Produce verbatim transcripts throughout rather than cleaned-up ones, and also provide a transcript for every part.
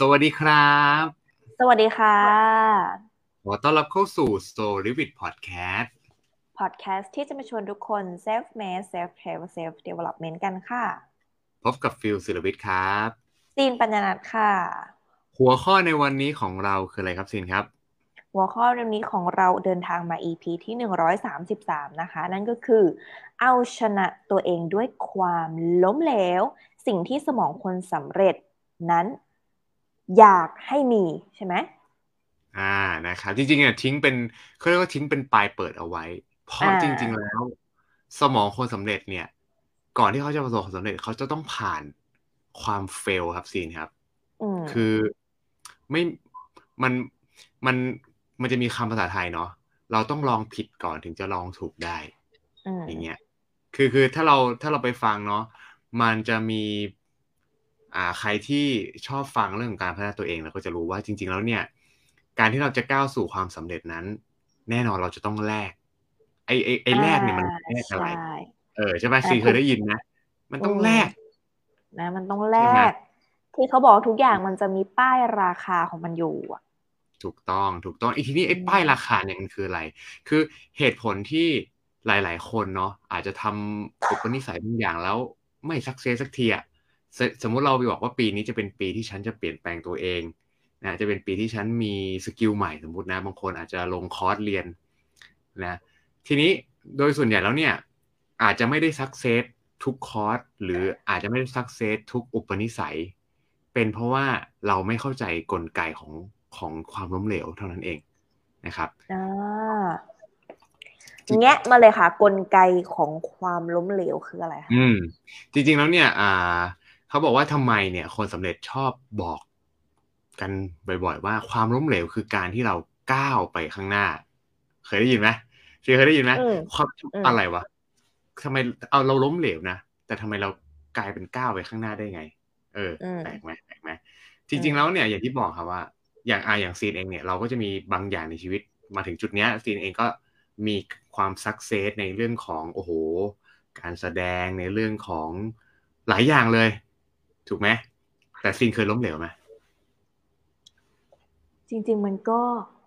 วัสดีครับสวัสดีค่ะขอต้อนรับเข้าสู่ Soul Living Podcast พอดแคสต์ที่จะมาชวนทุกคน self made self help self development กันค่ะพบกับฟิลศิลวิทย์ครับซีนปัญญานัทค่ะหัวข้อในวันนี้ของเราคืออะไรครับซินครับหัวข้อเรื่องนี้ของเราเดินทางมา อี พี ที่หนึ่งร้อยสามสิบสามนะคะนั่นก็คือเอาชนะตัวเองด้วยความล้มเหลวสิ่งที่สมองคนสำเร็จนั้นอยากให้มีใช่ไหมอ่านะครับจริงๆเนี่ยทิ้งเป็นเขาเรียกว่าทิ้งเป็นปลายเปิดเอาไว้เพอ่ราะจริงๆาแล้วสมองคนสำเร็จเนี่ยก่อนที่เขาจะประสบความสำเร็จเขาจะต้องผ่านความเฟลครับซีนครับอืมคือไม่มันมันมันจะมีคำภาษาไทยเนาะเราต้องลองผิดก่อนถึงจะลองถูกได้อือย่างเงี้ยมคือคือถ้าเราถ้าเราไปฟังเนาะมันจะมีอ่าใครที่ชอบฟังเรื่องของการพัฒนาตัวเองเราก็จะรู้ว่าจริงๆแล้วเนี่ยการที่เราจะก้าวสู่ความสำเร็จนั้นแน่นอนเราจะต้องแลกไอ้ไอ้ไอ้อ่าแลกเนี่ยมันแลกอะใช่ไรเออใช่ไหมซีเคอ่าถูกยได้ยินนะมันอืต้องแลกม นะมันต้องแลใช่ไหมกที่เขาบอกว่าทุกอย่างมันจะมีป้ายราคาของมันอยู่อ่ะถูกต้องถูกต้องอีกทีนี้อืไอ้ป้ายรามคาเนี่ยมันคืออะไรคือเหตุผลที่หลายๆคนเนาะอาจจะทำอุปนิสัยบางอย่างแล้วไม่สักเซสสักทีอะสสมมุติเราไปบอกว่าปีนี้จะเป็นปีที่ฉันจะเปลี่ยนแปลงตัวเองนะจะเป็นปีที่ฉันมีสกิลใหม่สมมุตินะบางคนอาจจะลงคอร์สเรียนนะทีนี้โดยส่วนใหญ่แล้วเนี่ยอาจจะไม่ได้สักเซสทุกคอร์สหรืออาจจะไม่ได้สักเซสทุกอุปนิสัย เป็นเพราะว่าเราไม่เข้าใจกลไกของของความล้มเหลวเท่านั้นเองนะครับอ่าจริงแงะมาเลยค่ะกลไกของความล้มเหลวคืออะไรคะอืมจริงๆแล้วเนี่ยอ่าเขาบอกว่าทำไมเนี่ยคนสำเร็จชอบบอกกันบ่อยๆว่าความล้มเหลวคือการที่เราก้าวไปข้างหน้าเคยได้ยินไหมเคยได้ยินไหมอืมความอืมอะไรวะทำไมเอาเราล้มเหลวนะแต่ทำไมเรากลายเป็นก้าวไปข้างหน้าได้ไงเอออืมแปลกไหมแปลกไหม จอืมริงๆแล้วเนี่ยอย่างที่บอกครับว่าอย่างอาอย่างซีนเองเนี่ยเราก็จะมีบางอย่างในชีวิตมาถึงจุดเนี้ยซีนเองก็มีความสักเซสในเรื่องของโอ้โหการแสดงในเรื่องของหลายอย่างเลยถูกไหมแต่ซีนเคยล้มเหลวไหมจริงๆมันก็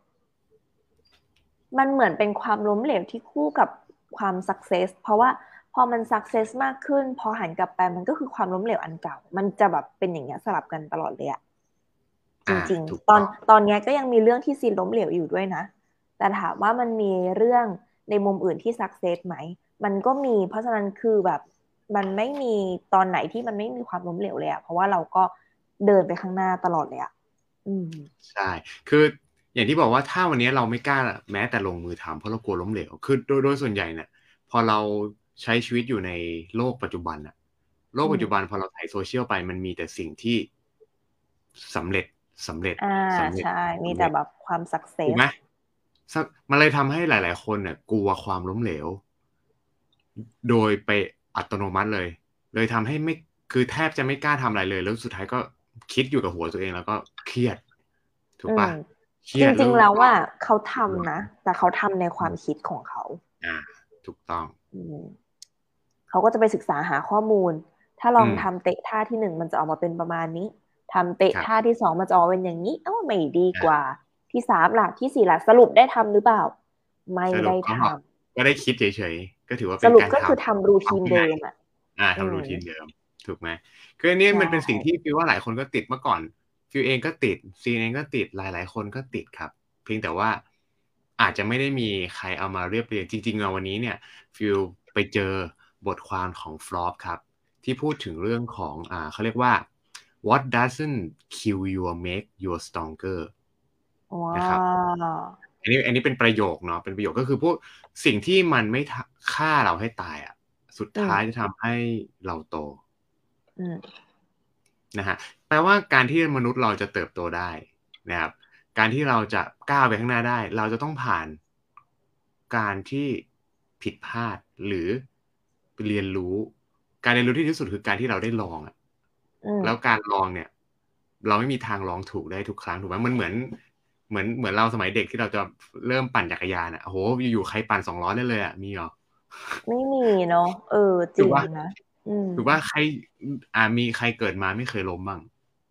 มันเหมือนเป็นความล้มเหลวที่คู่กับความสักเซสเพราะว่าพอมันสักเซสมากขึ้นพอหันกลับไปมันก็คือความล้มเหลวอันเก่ามันจะแบบเป็นอย่างเงี้ยสลับกันตลอดเลยอะ จอ่าริงๆ ตอนถูกต้องตอนเนี้ยก็ยังมีเรื่องที่ซีนล้มเหลวอยู่ด้วยนะ แต่ถามว่ามันมีเรื่องในมุมอื่นที่สักเซสไหม มันก็มี เพราะฉะนั้นคือแบบมันไม่มีตอนไหนที่มันไม่มีความล้มเหลวเลยอะเพราะว่าเราก็เดินไปข้างหน้าตลอดเลยอะอืมใช่คืออย่างที่บอกว่าถ้าวันนี้เราไม่กล้าแม้แต่ลงมือทำเพราะเรากลัวล้มเหลวคือโดยโดยส่วนใหญ่เนี่ยพอเราใช้ชีวิตอยู่ในโลกปัจจุบันอะโลกอืมปัจจุบันพอเราถ่ายโซเชียลไปมันมีแต่สิ่งที่สำเร็จสำเร็จอ่าสำเร็จใช่มีสำเร็จแต่แบบความสักเซสถูกไหมสักมันเลยทำให้หลายๆคนเนี่ยกลัวความล้มเหลวโดยไปอัตโนมัติเลย เลยทำให้ไม่คือแทบจะไม่กล้าทำอะไรเลยแล้วสุดท้ายก็คิดอยู่กับหัวตัวเองแล้วก็เครียดถูอืมกปะเครีจริงๆยดแล้วก็แล้วว่าเขาทำนะ แต่เขาทำในความคิดของเขาอ่าถูกต้องอืม เขาก็จะไปศึกษาหาข้อมูล ถ้าลองอืมทำเตะท่าที่หนึ่งมันจะออกมาเป็นประมาณนี้ ทำเตะครับท่าที่สองมันจะออกมาเป็นอย่างนี้ เอ้าไม่ดีกว่าอ่าที่สามล่ะที่สี่ล่ะสรุปได้ทำหรือเปล่า ไม่สรุได้ทปก็ก็ได้คิดเฉยๆก็ถือว่าำ สรุปเป็นการทก็คือทำรูำควาทีนมข้างในเดิมอ่ะอ่าอืทำรูมทีนเดิมถูกไหมคืออันนี้ใช่มันเป็นสิ่งที่ฟิวว่าหลายคนก็ติดเมื่อก่อนฟิวเองก็ติดซีนเองก็ติดหลายๆคนก็ติดครับเพียงแต่ว่าอาจจะไม่ได้มีใครเอามาเรียบเรียงจริงๆในวันนี้เนี่ยฟิวไปเจอบทความของฟลอปครับที่พูดถึงเรื่องของอ่าเขาเรียกว่า what doesn't kill you make you stronger ว้านะครับวอันนี้อันนี้เป็นประโยคเนาะเป็นประโยคก็คือพวกสิ่งที่มันไม่ทะฆ่าเราให้ตายอ่ะสุดอืมท้ายจะทำให้เราโตอืมนะฮะแปลว่าการที่มนุษย์เราจะเติบโตได้นะครับการที่เราจะก้าวไปข้างหน้าได้เราจะต้องผ่านการที่ผิดพลาดหรือเรียนรู้การเรียนรู้ที่ดีที่สุดคือการที่เราได้ลองอ่ะอืมแล้วการลองเนี่ยเราไม่มีทางลองถูกได้ทุกครั้งถูกไหมมันเหมือนเหมือนเหมือนเราสมัยเด็กที่เราจะเริ่มปั่นจักรยานอ่ะโอ้โหอยู่ๆใครปั่นสองล้อได้เลยอ่ะมีเหรอไม่มีเนาะเออจริงถูกว่านะอืมถูกว่าใครอ่ามีใครเกิดมาไม่เคยล้มบ้าง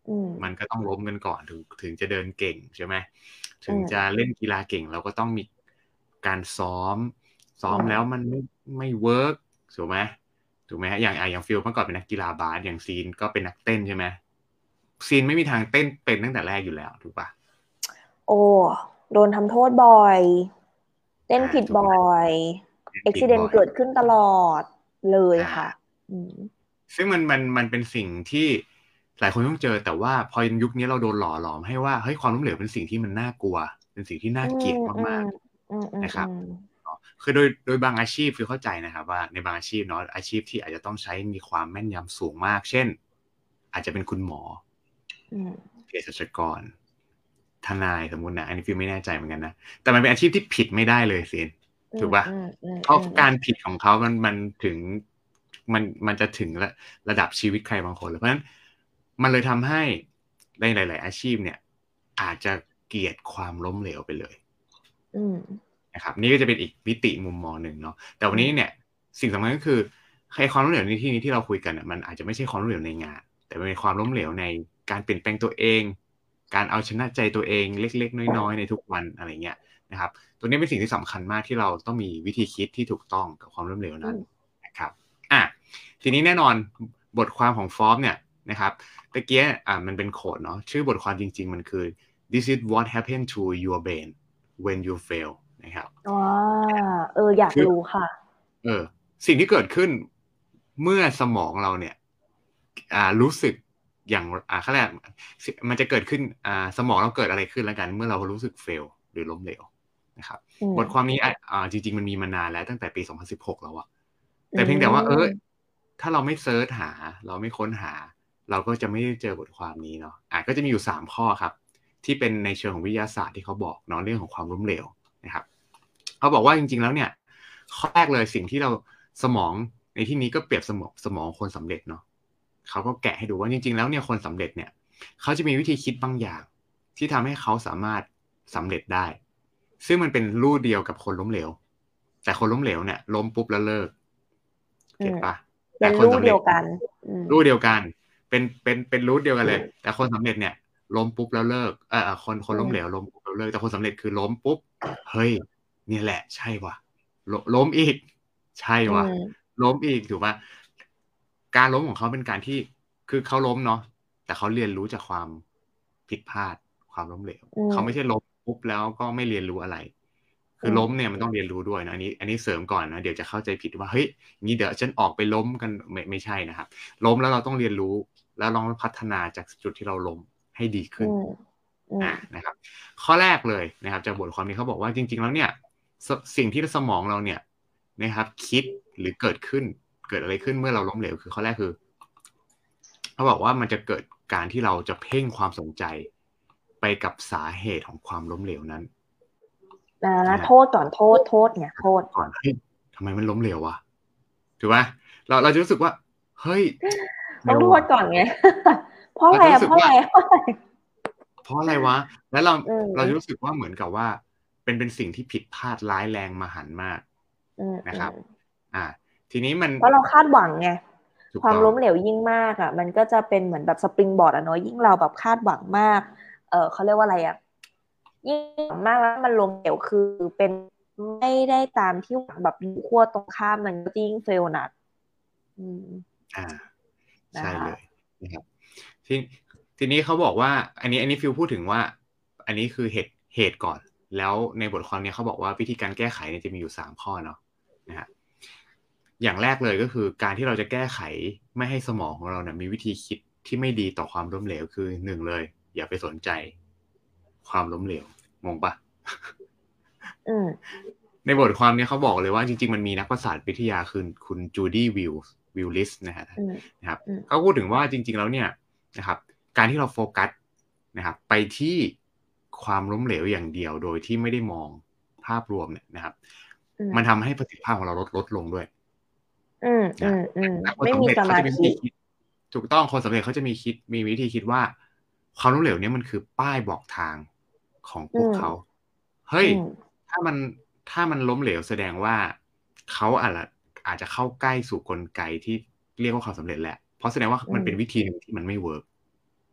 อืมมันก็ต้องล้มกันก่อนถึงถึงจะเดินเก่งใช่ไหมถึงอืมจะเล่นกีฬาเก่งเราก็ต้องมีการซ้อมซ้อมอืมแล้วมันไม่ไม่เวิร์กถูกไหมถูกไหมฮะอย่างอ่ะอย่างฟิลเมื่อก่อนเป็นนักกีฬาบาสอย่างซีนก็เป็นนักเต้นใช่ไหมซีนไม่มีทางเต้นเป็นตั้งแต่แรกอยู่แล้วถูกปะโอ้โดนทำโทษบ่อยเต้นอ่าผิดบ่ถูกไหมอยเต้นอุบิเหตุผิดบ่อยเกิดขึ้นตลอดเลยอ่าค่ะอืมซึ่งมันมันมันเป็นสิ่งที่หลายคนต้องเจอแต่ว่าพอยุคนี้เราโดนหล่อหลอมให้ว่าเฮ้ยความล้มเหลวเป็นสิ่งที่มันน่ากลัวเป็นสิ่งที่น่าอืมเกลียดอืมมากอืมอืๆนะครับมอืมอ๋อคือโดยโดยบางอาชีพคือเข้าใจนะครับว่าในบางอาชีพเนาะอาชีพที่อาจจะต้องใช้มีความแม่นยำสูงมากเช่นอาจจะเป็นคุณหมออืมเภสัชกรทนายสมมุตินะอันนี้ฟิลไม่แน่ใจเหมือนกันนะแต่มันเป็นอาชีพที่ผิดไม่ได้เลยสินอืมถูกป่ะอืมอืมเพราะอืมการผิดของเขามันมันถึงมันมันจะถึงระระดับชีวิตใครบางคนเลยเพราะฉะนั้นมันเลยทำให้ในหลาย ๆ อาชีพเนี่ยอาจจะเกลียดความล้มเหลวไปเลยอืมนะครับนี่ก็จะเป็นอีกมิติมุมมองหนึ่งเนาะแต่วันนี้เนี่ยสิ่งสำคัญก็คือใครความล้มเหลวในที่นี้ที่เราคุยกันเนี่ยมันอาจจะไม่ใช่ความล้มเหลวในงานแต่เป็นความล้มเหลวในการเปลี่ยนแปลงตัวเองการเอาชนะใจตัวเองเล็ก ๆ น้อย ๆ ในทุกวันอะไรเงี้ยนะครับตัวนี้เป็นสิ่งที่สำคัญมากที่เราต้องมีวิธีคิดที่ถูกต้องกับความล้มเหลวอืนั้นมนะครับอ่ะทีนี้แน่นอนบทความของฟอร์มเนี่ยนะครับตะเกียอ่ะมันเป็นโค้ดเนาะชื่อบทความจริง ๆ มันคือ this is what happened to your brain when you fail นะครับอ๋อเอออยากคือรู้ค่ะเออสิ่งที่เกิดขึ้นเมื่อสมองเราเนี่ยอ่ารู้สึกอย่างอ่าขั้นแรกมันจะเกิดขึ้นอ่าสมองเราเกิดอะไรขึ้นแล้วกันเมื่อเรารู้สึกเฟลหรือล้มเหลวนะครับอืมบทความนี้อ่ะอ่าจริงๆมันมีมานานแล้วตั้งแต่ปีสองพันสิบหกแล้วอะอืแต่เพียงแต่ว่าเออมถ้าเราไม่เซิร์ชหาเราไม่ค้นหาเราก็จะไม่ได้เจอบทความนี้เนาะอ่ะก็จะมีอยู่สามข้อครับที่เป็นในเชิงของวิทยาศาสตร์ที่เขาบอกเนาะเรื่องของความล้มเหลวนะครับเขาบอกว่าจริงๆแล้วเนี่ย ข้อแรกเลยสิ่งที่เราสมองในที่นี้ก็เปรียบสมองสมองคนสำเร็จเนาะเขาก็แกะให้ดูว่าจริงๆแล้วเนี่ยคนสำเร็จเนี่ยเขาจะมีวิธีคิดบางอย่างที่ทำให้เขาสามารถสำเร็จได้ซึ่งมันเป็นรูปเดียวกับคนล้มเหลวแต่คนล้มเหลวเนี่ยล้มปุ๊บแล้วเลิกอืมเก็ตปะแต่เป็นรูปคนสำเร็จเดียวกันอืมรูปเดียวกันเป็นเป็นเป็นรูปเดียวกันเลยแต่คนสำเร็จเนี่ยล้มปุ๊บแล้วเลิกเออคนคนอืมล้มเหลวล้มปุ๊บแล้วเลิกแต่คนสำเร็จคือล้มปุ๊บเฮ้ยเนี่ยแหละใช่ว่ะ ล้มอีกใช่อืว่ะมล้มอีกถูกป่ะการล้มของเขาเป็นการที่คือเขาล้มเนาะแต่เขาเรียนรู้จากความผิดพลาดความล้มเหลวอืเขาไม่ใช่มล้มปุ๊บแล้วก็ไม่เรียนรู้อะไรคืออืมล้มเนี่ยมันต้องเรียนรู้ด้วยนะอันนี้อันนี้เสริมก่อนนะเดี๋ยวจะเข้าใจผิดว่าเฮ้ยงี้เดี๋ยวฉันออกไปล้มกันไม่ไม่ใช่นะครับล้มแล้วเราต้องเรียนรู้แล้วลองพัฒนาจากจุดที่เราล้มให้ดีอืขึ้นมอืมอ่ะนะครับข้อแรกเลยนะครับจากบทความนี้เขาบอกว่าจริงๆแล้วเนี่ยสสิ่งที่สมองเราเนี่ย นะครับคิดหรือเกิดขึ้นเกิดอะไรขึ้นเมื่อเราล้มเหลวคือข้อแรกคือเขาบอกว่ามันจะเกิดการที่เราจะเพ่งความสนใจไปกับสาเหตุของความล้มเหลวนั้นอ่านะฮะโทษก่อนโทษโทษเนี่ยโทษก่อนเฮ้ยทำไมมันล้มเหลววะถูกไหมเราเราจะรู้สึกว่าเฮ้ยเฟต้องโทษลว่ะก่อนไงเพราะเราอะไรจะรู้สึกว่าอ่ะเพราะอะไรเพราะอะไรเพราะอะไรวะแล้วเราอืเราจะรู้มสึกว่าเหมือนกับว่าเป็นเป็นสิ่งที่ผิดพลาดร้ายแรงมหันต์มากอืมอืมนะครับอ่าทีนี้มันเพราะเราคาดหวังไงความถูกต้องล้มเหลวยิ่งมากอ่ะมันก็จะเป็นเหมือนแบบสปริงบอร์ดอะเนาะยิ่งเราแบบคาดหวังมากเออเขาเรียกว่าอะไรอ่ะยิ่งหวังมากแล้วมันล้มเหลวคือเป็นไม่ได้ตามที่หวังแบบอยู่ขั้วตรงข้ามมันก็ยิ่งเฟลหนักอืมอ่านะคะใช่เลยนะครับทีทีนี้เขาบอกว่าอันนี้อันนี้ฟิลพูดถึงว่าอันนี้คือเหตุเหตุก่อนแล้วในบทความเนี้ยเขาบอกว่าวิธีการแก้ไขเนี่ยจะมีอยู่สามข้อเนาะนะฮะอย่างแรกเลยก็คือการที่เราจะแก้ไขไม่ให้สมองของเราเนี่ยมีวิธีคิดที่ไม่ดีต่อความล้มเหลวคือหนึ่งเลยอย่าไปสนใจความล้มเหลวงงปะอืมในบทความนี้เขาบอกเลยว่าจริงๆมันมีนักประสาทวิทยาคือคุณจูดี้วิลวิลลิสนะฮะอืมนะครับอืมเขาพูดถึงว่าจริงๆแล้วเนี่ยนะครับการที่เราโฟกัสนะครับไปที่ความล้มเหลวอย่างเดียวโดยที่ไม่ได้มองภาพรวมเนี่ยนะครับอืมมันทำให้ประสิทธิภาพของเราลดลดลงด้วยอืมอืนะมอืมแต่คนไม่มีสสำเร็จเขามาธิจะมีวิธีคิดถูกต้องคนสำเร็จเขาจะมีคิดมีวิธีคิดว่าความล้มเหลวเนี่ยมันคือป้ายบอกทางของพอืมวกเขาเฮ้ยอืมถ้ามันถ้ามันล้มเหลวแสดงว่าเขาอาจจะอาจจะเข้าใกล้สู่กลไกที่เรียกว่าความสำเร็จแหละเพราะแสดงว่าอืมมันเป็นวิธีหนึ่งที่มันไม่เวิร์ก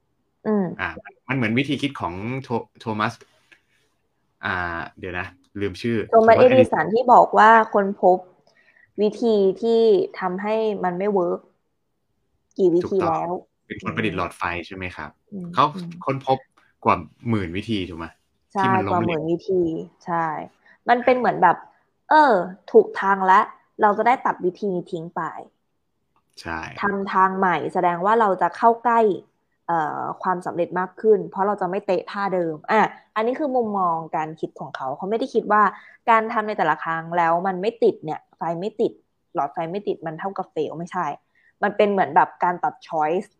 อืมอ่ามันเหมือนวิธีคิดของโทโทมัสอ่าเดี๋ยวนะลืมชื่อโทมัสเอโทมัสเอดิสันดิสันที่บอกว่าคนพบวิธีที่ทำให้มันไม่เวิร์กกี่วิถูกต้องธีแล้วเป็นคอืมนประดิษฐ์หลอดไฟใช่ไหมครับอืมเขาอืมค้นพบกว่าหมื่นวิธีถูกไหมใช่ที่มันกว่าหล้มเหลวมื่นวิธีใช่มันเป็นเหมือนแบบเออถูกทางแล้วเราจะได้ตัดวิธีนี้ทิ้งไปใช่ทำทางใหม่แสดงว่าเราจะเข้าใกล้เอ่อความสำเร็จมากขึ้นเพราะเราจะไม่เตะท่าเดิมอ่ะอันนี้คือมุมมองการคิดของเขาเขาไม่ได้คิดว่าการทำในแต่ละครั้งแล้วมันไม่ติดเนี่ยไฟไม่ติดหลอดไฟไม่ติดมันเท่ากับเฟลไม่ใช่มันเป็นเหมือนแบบการตัดช้อยส์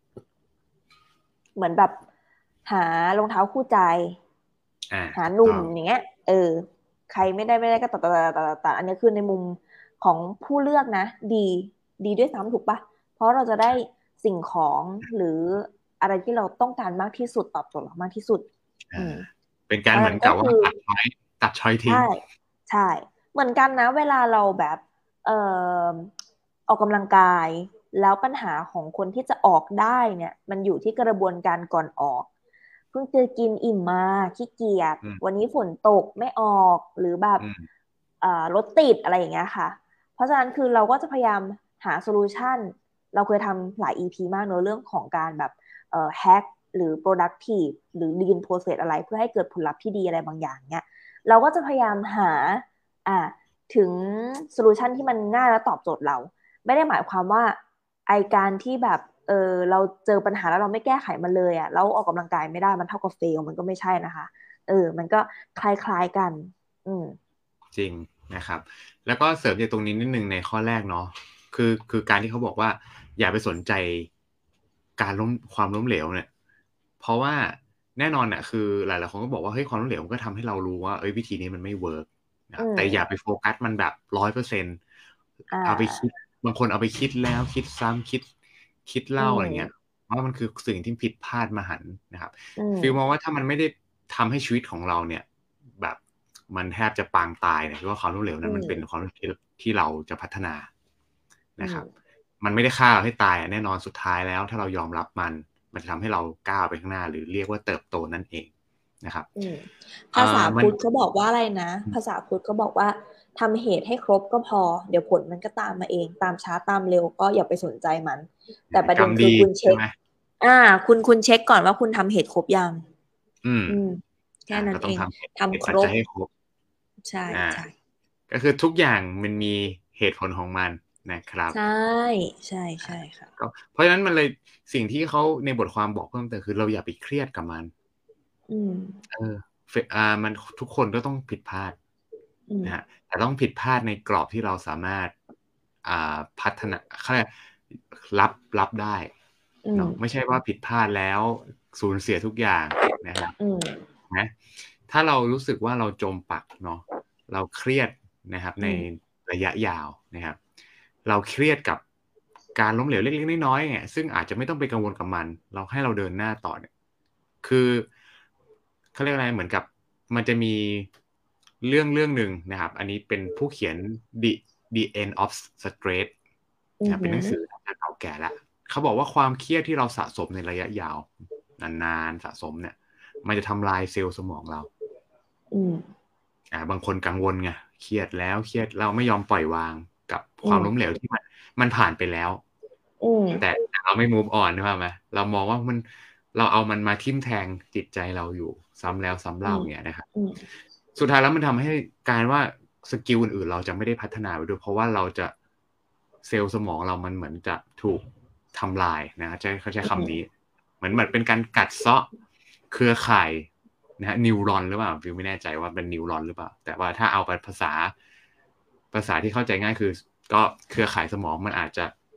เหมือนแบบหารองเท้าคู่ใจอ่าหาหนุ่มถูกต้องอย่างเงี้ยเออใครไม่ได้ไม่ได้ก็ตัดตัดตัดตัดตัดอันนี้คือในมุมของผู้เลือกนะดีดีด้วยซ้ำถูกปะเพราะเราจะได้สิ่งของหรืออะไรที่เราต้องการมากที่สุดตอบโจทย์เรามากที่สุดอือ่ามเป็นเพราะฉะการเหมือนกับนั้นก็คือว่าตัดช้อยตัดช้อยทิ้งใช่ใช่เหมือนกันนะเวลาเราแบบเอ่อออกกำลังกายแล้วปัญหาของคนที่จะออกได้เนี่ยมันอยู่ที่กระบวนการก่อนออกเพิ่งจะกินอิ่มมาขี้เกียจอืมวันนี้ฝนตกไม่ออกหรือแบบอืมเอ่อรถติดอะไรอย่างเงี้ยค่ะเพราะฉะนั้นคือเราก็จะพยายามหาโซลูชันเราเคยทำหลาย อี พี มากเนอะเรื่องของการแบบเอ่อ hack หรือ productive หรือ lean process อะไรเพื่อให้เกิดผลลัพธ์ที่ดีอะไรบางอย่างเนี่ย เราก็จะพยายามหาอ่าถึงโซลูชันที่มันง่ายและตอบโจทย์เราไม่ได้หมายความว่าไอการที่แบบเออเราเจอปัญหาแล้วเราไม่แก้ไขมันเลยอ่ะเราออกกำลังกายไม่ได้มันเท่ากับเฟลมันก็ไม่ใช่นะคะเออมันก็คล้ายๆกันอืมจริงนะครับแล้วก็เสริมจากตรงนี้นิดนึงในข้อแรกเนาะคือคือการที่เขาบอกว่าอย่าไปสนใจการล้มความล้มเหลวเนี่ยเพราะว่าแน่นอนเนี่ยคือหลายๆคนก็บอกว่าเฮ้ยความล้มเหลวมันก็ทำให้เรารู้ว่าเอ้ยวิธีนี้มันไม่เวิร์กนะคอืรับแต่อย่าไปมโฟกัสมันแบบร้อยเปอร์เซ็นต์อ่เอาไปคิดาบางคนเอาไปคิดแล้วคิดซ้ำคิดคิดอืเล่าอะไรเงี้ยมว่ามันคือสิ่งที่ผิดพลาดมหันต์นะครับอืมฟิลมองว่าถ้ามันไม่ได้ทำให้ชีวิตของเราเนี่ยแบบมันแทบจะปางตายเนี่ยเพราะว่าความล้มเหลวอืนั้นมันเป็นความมรู้ที่ที่เราจะพัฒนาอืนะครับมมันไม่ได้ฆ่าเราให้ตายแน่นอนสุดท้ายแล้วถ้าเรายอมรับมันมันจะทำให้เราก้าวไปข้างหน้าหรือเรียกว่าเติบโตนั่นเองนะครับอืมเอ่ภาษาอมันพุทธเขาบอกว่าอะไรนะภาษาพุทธเขาบอกว่าทำเหตุให้ครบก็พอเดี๋ยวผลมันก็ตามมาเองตามช้าตามเร็วก็อย่าไปสนใจมันแต่ประเด็นคือกรรมดีคุณเช็คใช่ไหมอ่าคุณคุณเช็คก่อนว่าคุณทำเหตุครบยังอืมอืมแค่อ่านั้นเองก็ต้องทำเหตุเหทำตุปัจจัยครบให้ครบใช่อ่าใช่ก็คือทุกอย่างมันมีเหตุผลของมันนะครับใช่ใช่ใช่ค่ะก็เพราะฉะนั้นมันเลยสิ่งที่เขาในบทความบอกเพิ่มเติมคือเราอย่าไปเครียดกับมันอืมเออเฟอ่ามันทุกคนก็ต้องผิดพลาดอืมนะฮะแต่ต้องผิดพลาดในกรอบที่เราสามารถอ่าพัฒนาเขาเรียกรับรับได้อืมเนาะไม่ใช่ว่าผิดพลาดแล้วสูญเสียทุกอย่างนะครับอืมนะถ้าเรารู้สึกว่าเราจมปักเนาะเราเครียดนะครับในอืมระยะยาวนะครับ เราเครียดกับการล้มเหลวเล็กๆน้อยๆเนี่ยซึ่งอาจจะไม่ต้องไปกังวลกับมันเราให้เราเดินหน้าต่อเนี่ยคือเขาเรียกอะไรเหมือนกับมันจะมีเรื่องเรื่องหนึ่งนะครับอันนี้เป็นผู้เขียน The The End of Stress อืนะเป็นหนังสือมที่เก่าแก่แล้วเขาบอกว่าความเครียดที่เราสะสมในระยะยาวนานๆสะสมเนี่ยมันจะทำลายเซลล์สมองเราอืมอ่าบางคนกังวลไงเครียดแล้วเครียดเราไม่ยอมปล่อยวางกับคอืมวามล้มเหลวที่มันมันผ่านไปแล้วอืมแต่เราไม่ move on ใช่ไหมเรามองว่ามันเราเอามันมาทิ่มแทงจิตใจเราอยู่ซ้ำแล้วซ้ำอืเล่ามเนี่ยนะครับอืมสุดท้ายแล้วมันทำให้การว่าสกิลอื่นๆเราจะไม่ได้พัฒนาไปด้วยเพราะว่าเราจะเซลล์สมองเรามันเหมือนจะถูกทำลายนะใช้เขาใช้อืมคำนี้เหมือนเหมือนเป็นการกัดเซาะเครือข่ายนะฮะนิวรอนหรือเปล่าฟิวไม่แน่ใจว่าเป็นนิวรอนหรือเปล่าแต่ว่าถ้าเอาไปภาษาภาษาที่เข้าใจง่ายคือก็เครือข่ายสมองมันอาจจะ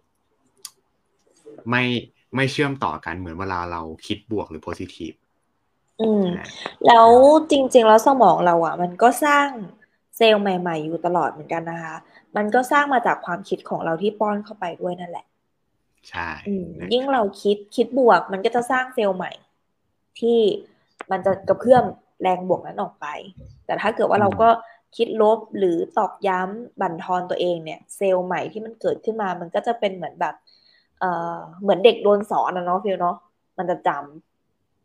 ไม่ไม่เชื่อมต่อกันเหมือนเวลาเราคิดบวกหรือโพซิทีฟอืมนะแล้วจริงๆแล้วสมองเราอ่ะมันก็สร้างเซลล์ใหม่ๆอยู่ตลอดเหมือนกันนะคะมันก็สร้างมาจากความคิดของเราที่ป้อนเข้าไปด้วยนั่นแหละใช่อืมยิ่งเรานะครับคิดคิดบวกมันก็จะสร้างเซลล์ใหม่ที่มันจะกระเพื่อมแรงบวกนั้นออกไปแต่ถ้าเกิดว่าอืมเราก็คิดลบหรือตอกย้ำบั่นทอนตัวเองเนี่ยเซลล์ใหม่ที่มันเกิดขึ้นมามันก็จะเป็นเหมือนแบบเอ่อเหมือนเด็กโดนสอนนะเนาะฟิลเนาะมันจะจ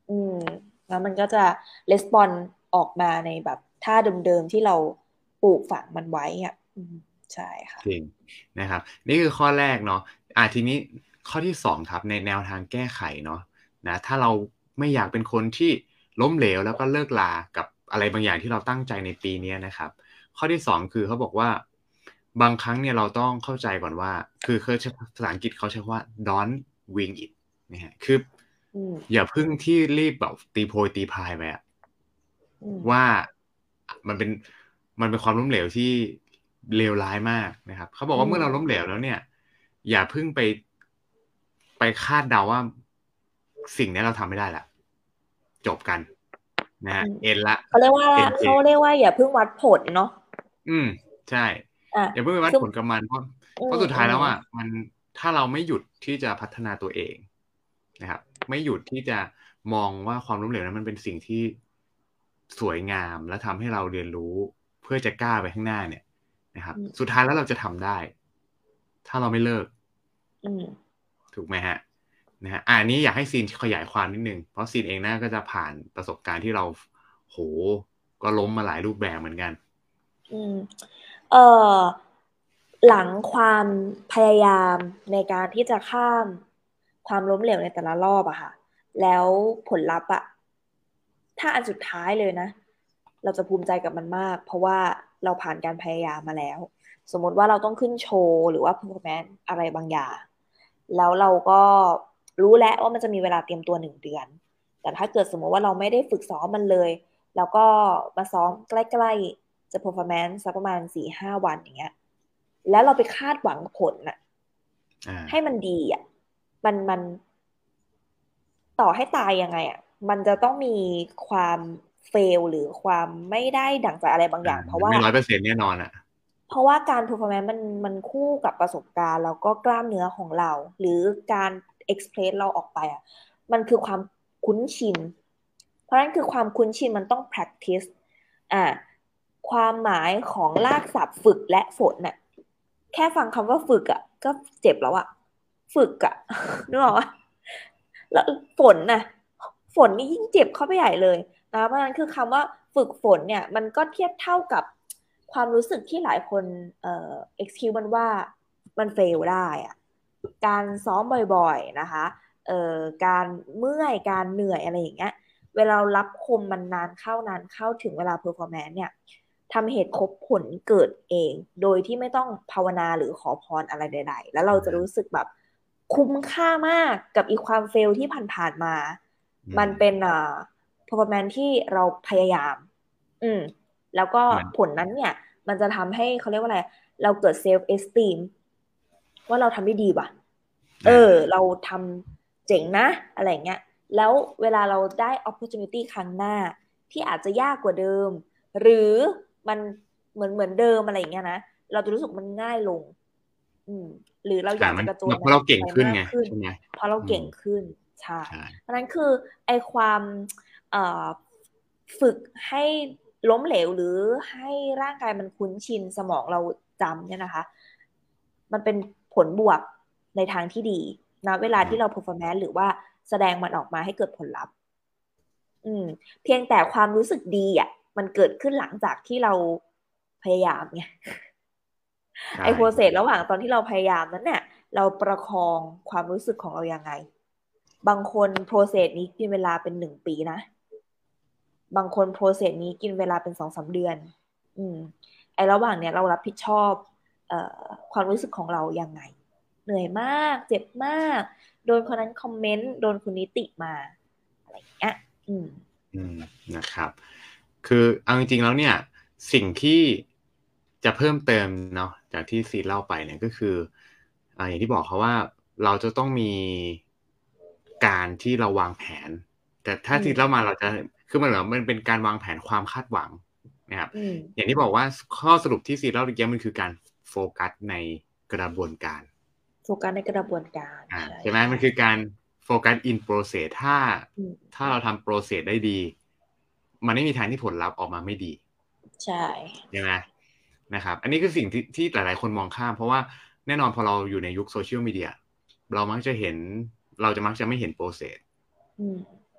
อืมแล้วมันก็จะレスปอนออกมาในแบบท่าเดิมๆที่เราปลูกฝังมันไว้อ่ะอืมใช่ค่ะจริงนะครับนี่คือข้อแรกเนาะอ่ะทีนี้ข้อที่สองครับในแนวทางแก้ไขเนาะนะถ้าเราไม่อยากเป็นคนที่ล้มเหลวแล้วก็เลิกลากับอะไรบางอย่างที่เราตั้งใจในปีนี้นะครับข้อที่สองคือเขาบอกว่าบางครั้งเนี่ยเราต้องเข้าใจก่อนว่าคือคือภาษาอังกฤษเขาใช้ว่า don't wing it นะฮะคืออืมอย่าเพึ่งที่รีบแบบตีโพยตีพายไปอะอืมว่ามันเป็นมันเป็นความล้มเหลวที่เลวร้ายมากนะครับเขาบอกอืว่าเมื่อเราล้มมเหลวแล้วเนี่ยอย่าเพิ่งไปไปคาดเดาว่าสิ่งนี้เราทำไม่ได้ละจบกันนะอืฮะมเอ็นละเขาเรียกว่าเอ็นเกเขาเรียกว่าอย่าเพิ่งวัดผลเนาะอืมใช่อ่ะอย่าเพิ่งไปวัดคือผลกับมันเพราะอืเพราะสุดมอืมท้ายแล้วอ่ะมันถ้าเราไม่หยุดที่จะพัฒนาตัวเองนะครับไม่หยุดที่จะมองว่าความล้มเหลวนั้นมันเป็นสิ่งที่สวยงามและทำให้เราเรียนรู้เพื่อจะก้าวไปข้างหน้าเนี่ยนะครับอืมสุดท้ายแล้วเราจะทำได้ถ้าเราไม่เลิกอืมถูกไหมฮะนะฮะอะอันนี้อยากให้ซีนขยายความนิดนึงเพราะซีนเองน่าก็จะผ่านประสบการณ์ที่เราโหก็ล้มมาหลายรูปแบบเหมือนกันอืมเอ่อหลังความพยายามในการที่จะข้ามความล้มเหลวในแต่ละรอบอะค่ะแล้วผลลัพธ์อะถ้าอันสุดท้ายเลยนะ เราจะภูมิใจกับมันมากเพราะว่าเราผ่านการพยายามมาแล้วสมมติว่าเราต้องขึ้นโชว์หรือว่า performance อะไรบางอย่างแล้วเราก็รู้แล้วว่ามันจะมีเวลาเตรียมตัวหนึ่งเดือนแต่ถ้าเกิดสมมติว่าเราไม่ได้ฝึกซ้อมมันเลยแล้วก็มาซ้อมใกล้ๆจะ performance สักประมาณสี่ห้าวันอย่างเงี้ยแล้วเราไปคาดหวังผลน่ะอ่าให้มันดีอ่ะมันมันต่อให้ตายยังไงอ่ะมันจะต้องมีความเฟลหรือความไม่ได้ดั่งใจอะไรบางออ่าย่างเพราะว่ามันไม่ร้อยเปอร์เซ็นต์แน่นอนอ่ะเพราะว่าการ performance มันมันคู่กับประสบการณ์แล้วก็กล้ามเนื้อของเราหรือการ express เราออกไปอ่ะมันคือความคุ้นชินเพราะฉะนั้นคือความคุ้นชินมันต้อง practice อ่าความหมายของรากศัพท์ฝึกและฝนน่ะแค่ฟังคำว่าฝึกอ่ะก็เจ็บแล้วอ่ะฝึกอ่ะนึกออกปะแล้วฝนน่ะฝนนี่ยิ่งเจ็บเข้าไปใหญ่เลยนะเพราะฉะนั้นคือคำว่าฝึกฝนเนี่ยมันก็เทียบเท่ากับ ความรู้สึกที่หลายคนเอ่อ excuse มันว่ามันเฟลได้อะการซ้อมบ่อยๆนะคะเอ่อการเมื่อยการเหนื่อยอะไรอย่างเงี้ยเวลาเรารับคมมันนานเข้านานเข้าถึงเวลา performance เนี่ยทำเหตุครบผลเกิดเองโดยที่ไม่ต้องภาวนาหรือขอพรอะไรใดๆแล้วเราจะรู้สึกแบบคุ้มค่ามากกับอีความเฟลที่ผ่านๆมาอืมมันเป็นอ่า performance ที่เราพยายามอืม แล้วก็เหมือนผลนั้นเนี่ยมันจะทำให้เขาเรียกว่าอะไรเราเกิดเซลฟ์เอสติมว่าเราทำได้ดีว่ะเออ่าอเราทำเจ๋งนะอะไรเงี้ยแล้วเวลาเราได้ opportunity ครั้งหน้าที่อาจจะยากกว่าเดิมหรือมันเหมือนเหมือนเดิมอะไรเงี้ยนะเราจะรู้สึกมันง่ายลงอืมหรือเราออ่ามันยากจะกระโจนมันเพราะเราเก่งไปขึ้นไงมากขึ้นใช่ไหมเพราะเราอืมเก่งขึ้นใช่ใช่เพราะนั้นคือไอความเอ่อ ฝึกให้ล้มเหลวหรือให้ร่างกายมันคุ้นชินสมองเราจำเนี่ยนะคะมันเป็นผลบวกในทางที่ดีนะเวลาอืมที่เรา performance หรือว่าแสดงมันออกมาให้เกิดผลลัพธ์อืมเพียงแต่ความรู้สึกดีอ่ะมันเกิดขึ้นหลังจากที่เราพยายามไงไอ้ใช่โปรเซสระหว่างตอนที่เราพยายามนั้นเนี่ยเราประคองความรู้สึกของเรายังไงบางคนโปรเซสนี้กินเวลาเป็นหนึ่งปีนะ บางคนโปรเซสนี้กินเวลาเป็นสองสามเดือน อืมไอ้ระหว่างเนี้ยเรารับผิดชอบเอ่อความรู้สึกของเรายังไง เหนื่อยมาก เจ็บมาก โดนคนนั้นคอมเมนต์ โดนคนนี้ติมาอะไรอย่างเงี้ยอืมอืมนะครับคือเอาจริงๆแล้วเนี่ยสิ่งที่จะเพิ่มเติมเนาะจากที่ซีเล่าไปเนี่ยก็คืออ่าอย่างที่บอกเขาว่าเราจะต้องมีการที่เราวางแผนแต่ถ้าอืมซีเล่ามาเราจะคือมันเหมือนมันเป็นการวางแผนความคาดหวังนะครับอืมอย่างที่บอกว่าข้อสรุปที่ซีเล่าเมื่อกี้มันคือการโฟกัสในกระบวนการโฟกัสในกระบวนการอ่าใช่ใช่ไหมมันค่ะคือการโฟกัส in process ถ้าอืมถ้าเราทำ process ได้ดีมันไม่มีทางที่ผลลัพธ์ออกมาไม่ดีใช่ใช่ไหมนะครับอันนี้คือสิ่งที่ที่หลายๆคนมองข้ามเพราะว่าแน่นอนพอเราอยู่ในยุคโซเชียลมีเดียเรามักจะเห็นเราจะมักจะไม่เห็น process อืม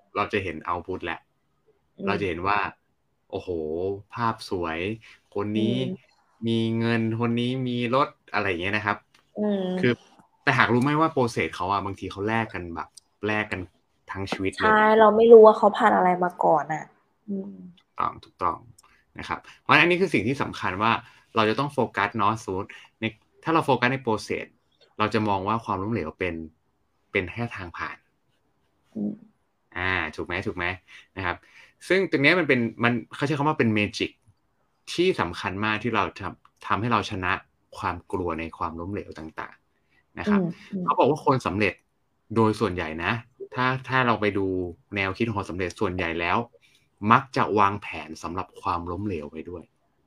เราจะเห็นเอาท์พุตแหละเราจะเห็นว่าโอ้โหภาพสวยคนนี้มีเงินคนนี้มีรถอะไรอย่างเงี้ยนะครับคือแต่หากรู้ไหมว่าโปรเซสเขาอะบางทีเขาแลกกันแบบแลกกันทั้งชีวิตเลยใช่เราไม่รู้ว่าเขาผ่านอะไรมาก่อนอ่ะถูกต้องถูกต้องนะครับเพราะฉะนั้นอันนี้คือสิ่งที่สำคัญว่าเราจะต้องโฟกัสเนาะสมมติในถ้าเราโฟกัสในโปรเซสเราจะมองว่าความล้มเหลวเป็นเป็นแค่ทางผ่านอ่าถูกไหมถูกไหมนะครับซึ่งตรงนี้มันเป็นมันเขาใช้คำว่าเป็นเมจิกที่สำคัญมากที่เราทำทำให้เราชนะความกลัวในความล้มเหลวต่างๆนะครับเขาบอกว่าคนสำเร็จโดยส่วนใหญ่นะถ้าถ้าเราไปดูแนวคิดของคนสำเร็จส่วนใหญ่แล้วมักจะวางแผนสำหรับความล้มเหลวไว้ด้วย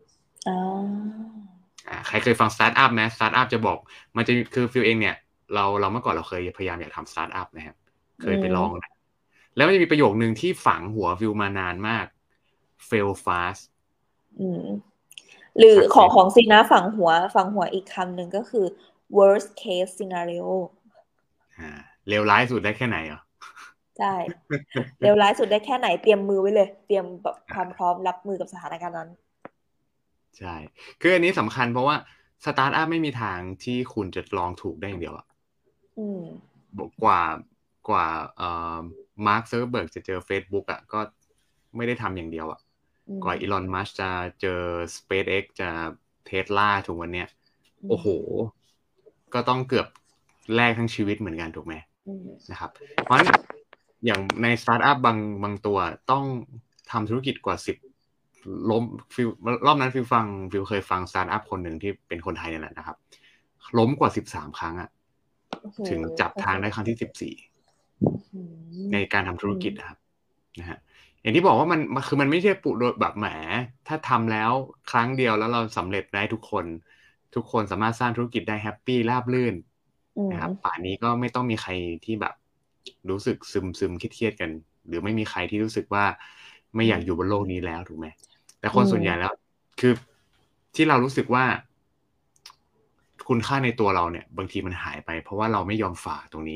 อ่าใครเคยฟังสตาร์ทอัพไหมสตาร์ทอัพจะบอกมันจะคือฟิลเองเนี่ยเราเราเมื่อก่อนเราเคยพยายามอยากทำสตาร์ทอัพนะครับเคยไปลองนะแล้วมันจะมีประโยคนึงที่ฝังหัวฟิลมานานมาก fail fast หรือของของซีนะฝังหัวฝังหัวอีกคำหนึ่งก็คือ worst case scenario อ่าเลวร้ายสุดได้แค่ไหนเหรอใช่เลวร้ายสุดได้แค่ไหนเตรียมมือไว้เลยเตรียมแบบความพร้อมรับมือกับสถานการณ์นั้นใช่คืออันนี้สำคัญเพราะว่าสตาร์ทอัพไม่มีทางที่คุณจะลองถูกได้อย่างเดียวอะกว่ากว่าเอ่อมาร์ค ซักเคอร์เบิร์กจะเจอ Facebook อ่ะก็ไม่ได้ทำอย่างเดียวอ่ะกว่าอีลอน มัสก์จะเจอ SpaceX จะ Tesla ถึงวันเนี้ยโอ้โหก็ต้องเกือบแลกทั้งชีวิตเหมือนกันถูกไหมนะครับเพราะฉะนั้นอย่างในสตาร์ทอัพบางบางตัวต้องทำธุรกิจกว่าสิบล้มฟิลรอบนั้นฟิลฟังฟิลเคยฟังสตาร์ทอัพคนหนึ่งที่เป็นคนไทยนี่แหละนะครับล้มกว่าสิบสามครั้งอ่ะถึงจับทางได้ครั้งที่สิบสี่ในการทำธุรกิจครับนะฮะอย่างที่บอกว่ามันคือมันไม่ใช่ปุโดยแบบแหมถ้าทำแล้วครั้งเดียวแล้วเราสำเร็จได้ทุกคนทุกคนสามารถสร้างธุรกิจได้แฮปปี้ราบรื่นนะครับป่านนี้ก็ไม่ต้องมีใครที่แบบรู้สึกซึมซึมเครียดกันหรือไม่มีใครที่รู้สึกว่าไม่อยากอยู่บนโลกนี้แล้วถูกไหมแต่คนส่วนใหญ่แล้วคือที่เรารู้สึกว่าคุณค่าในตัวเราเนี่ยบางทีมันหายไปเพราะว่าเราไม่ยอมฝ่าตรงนี้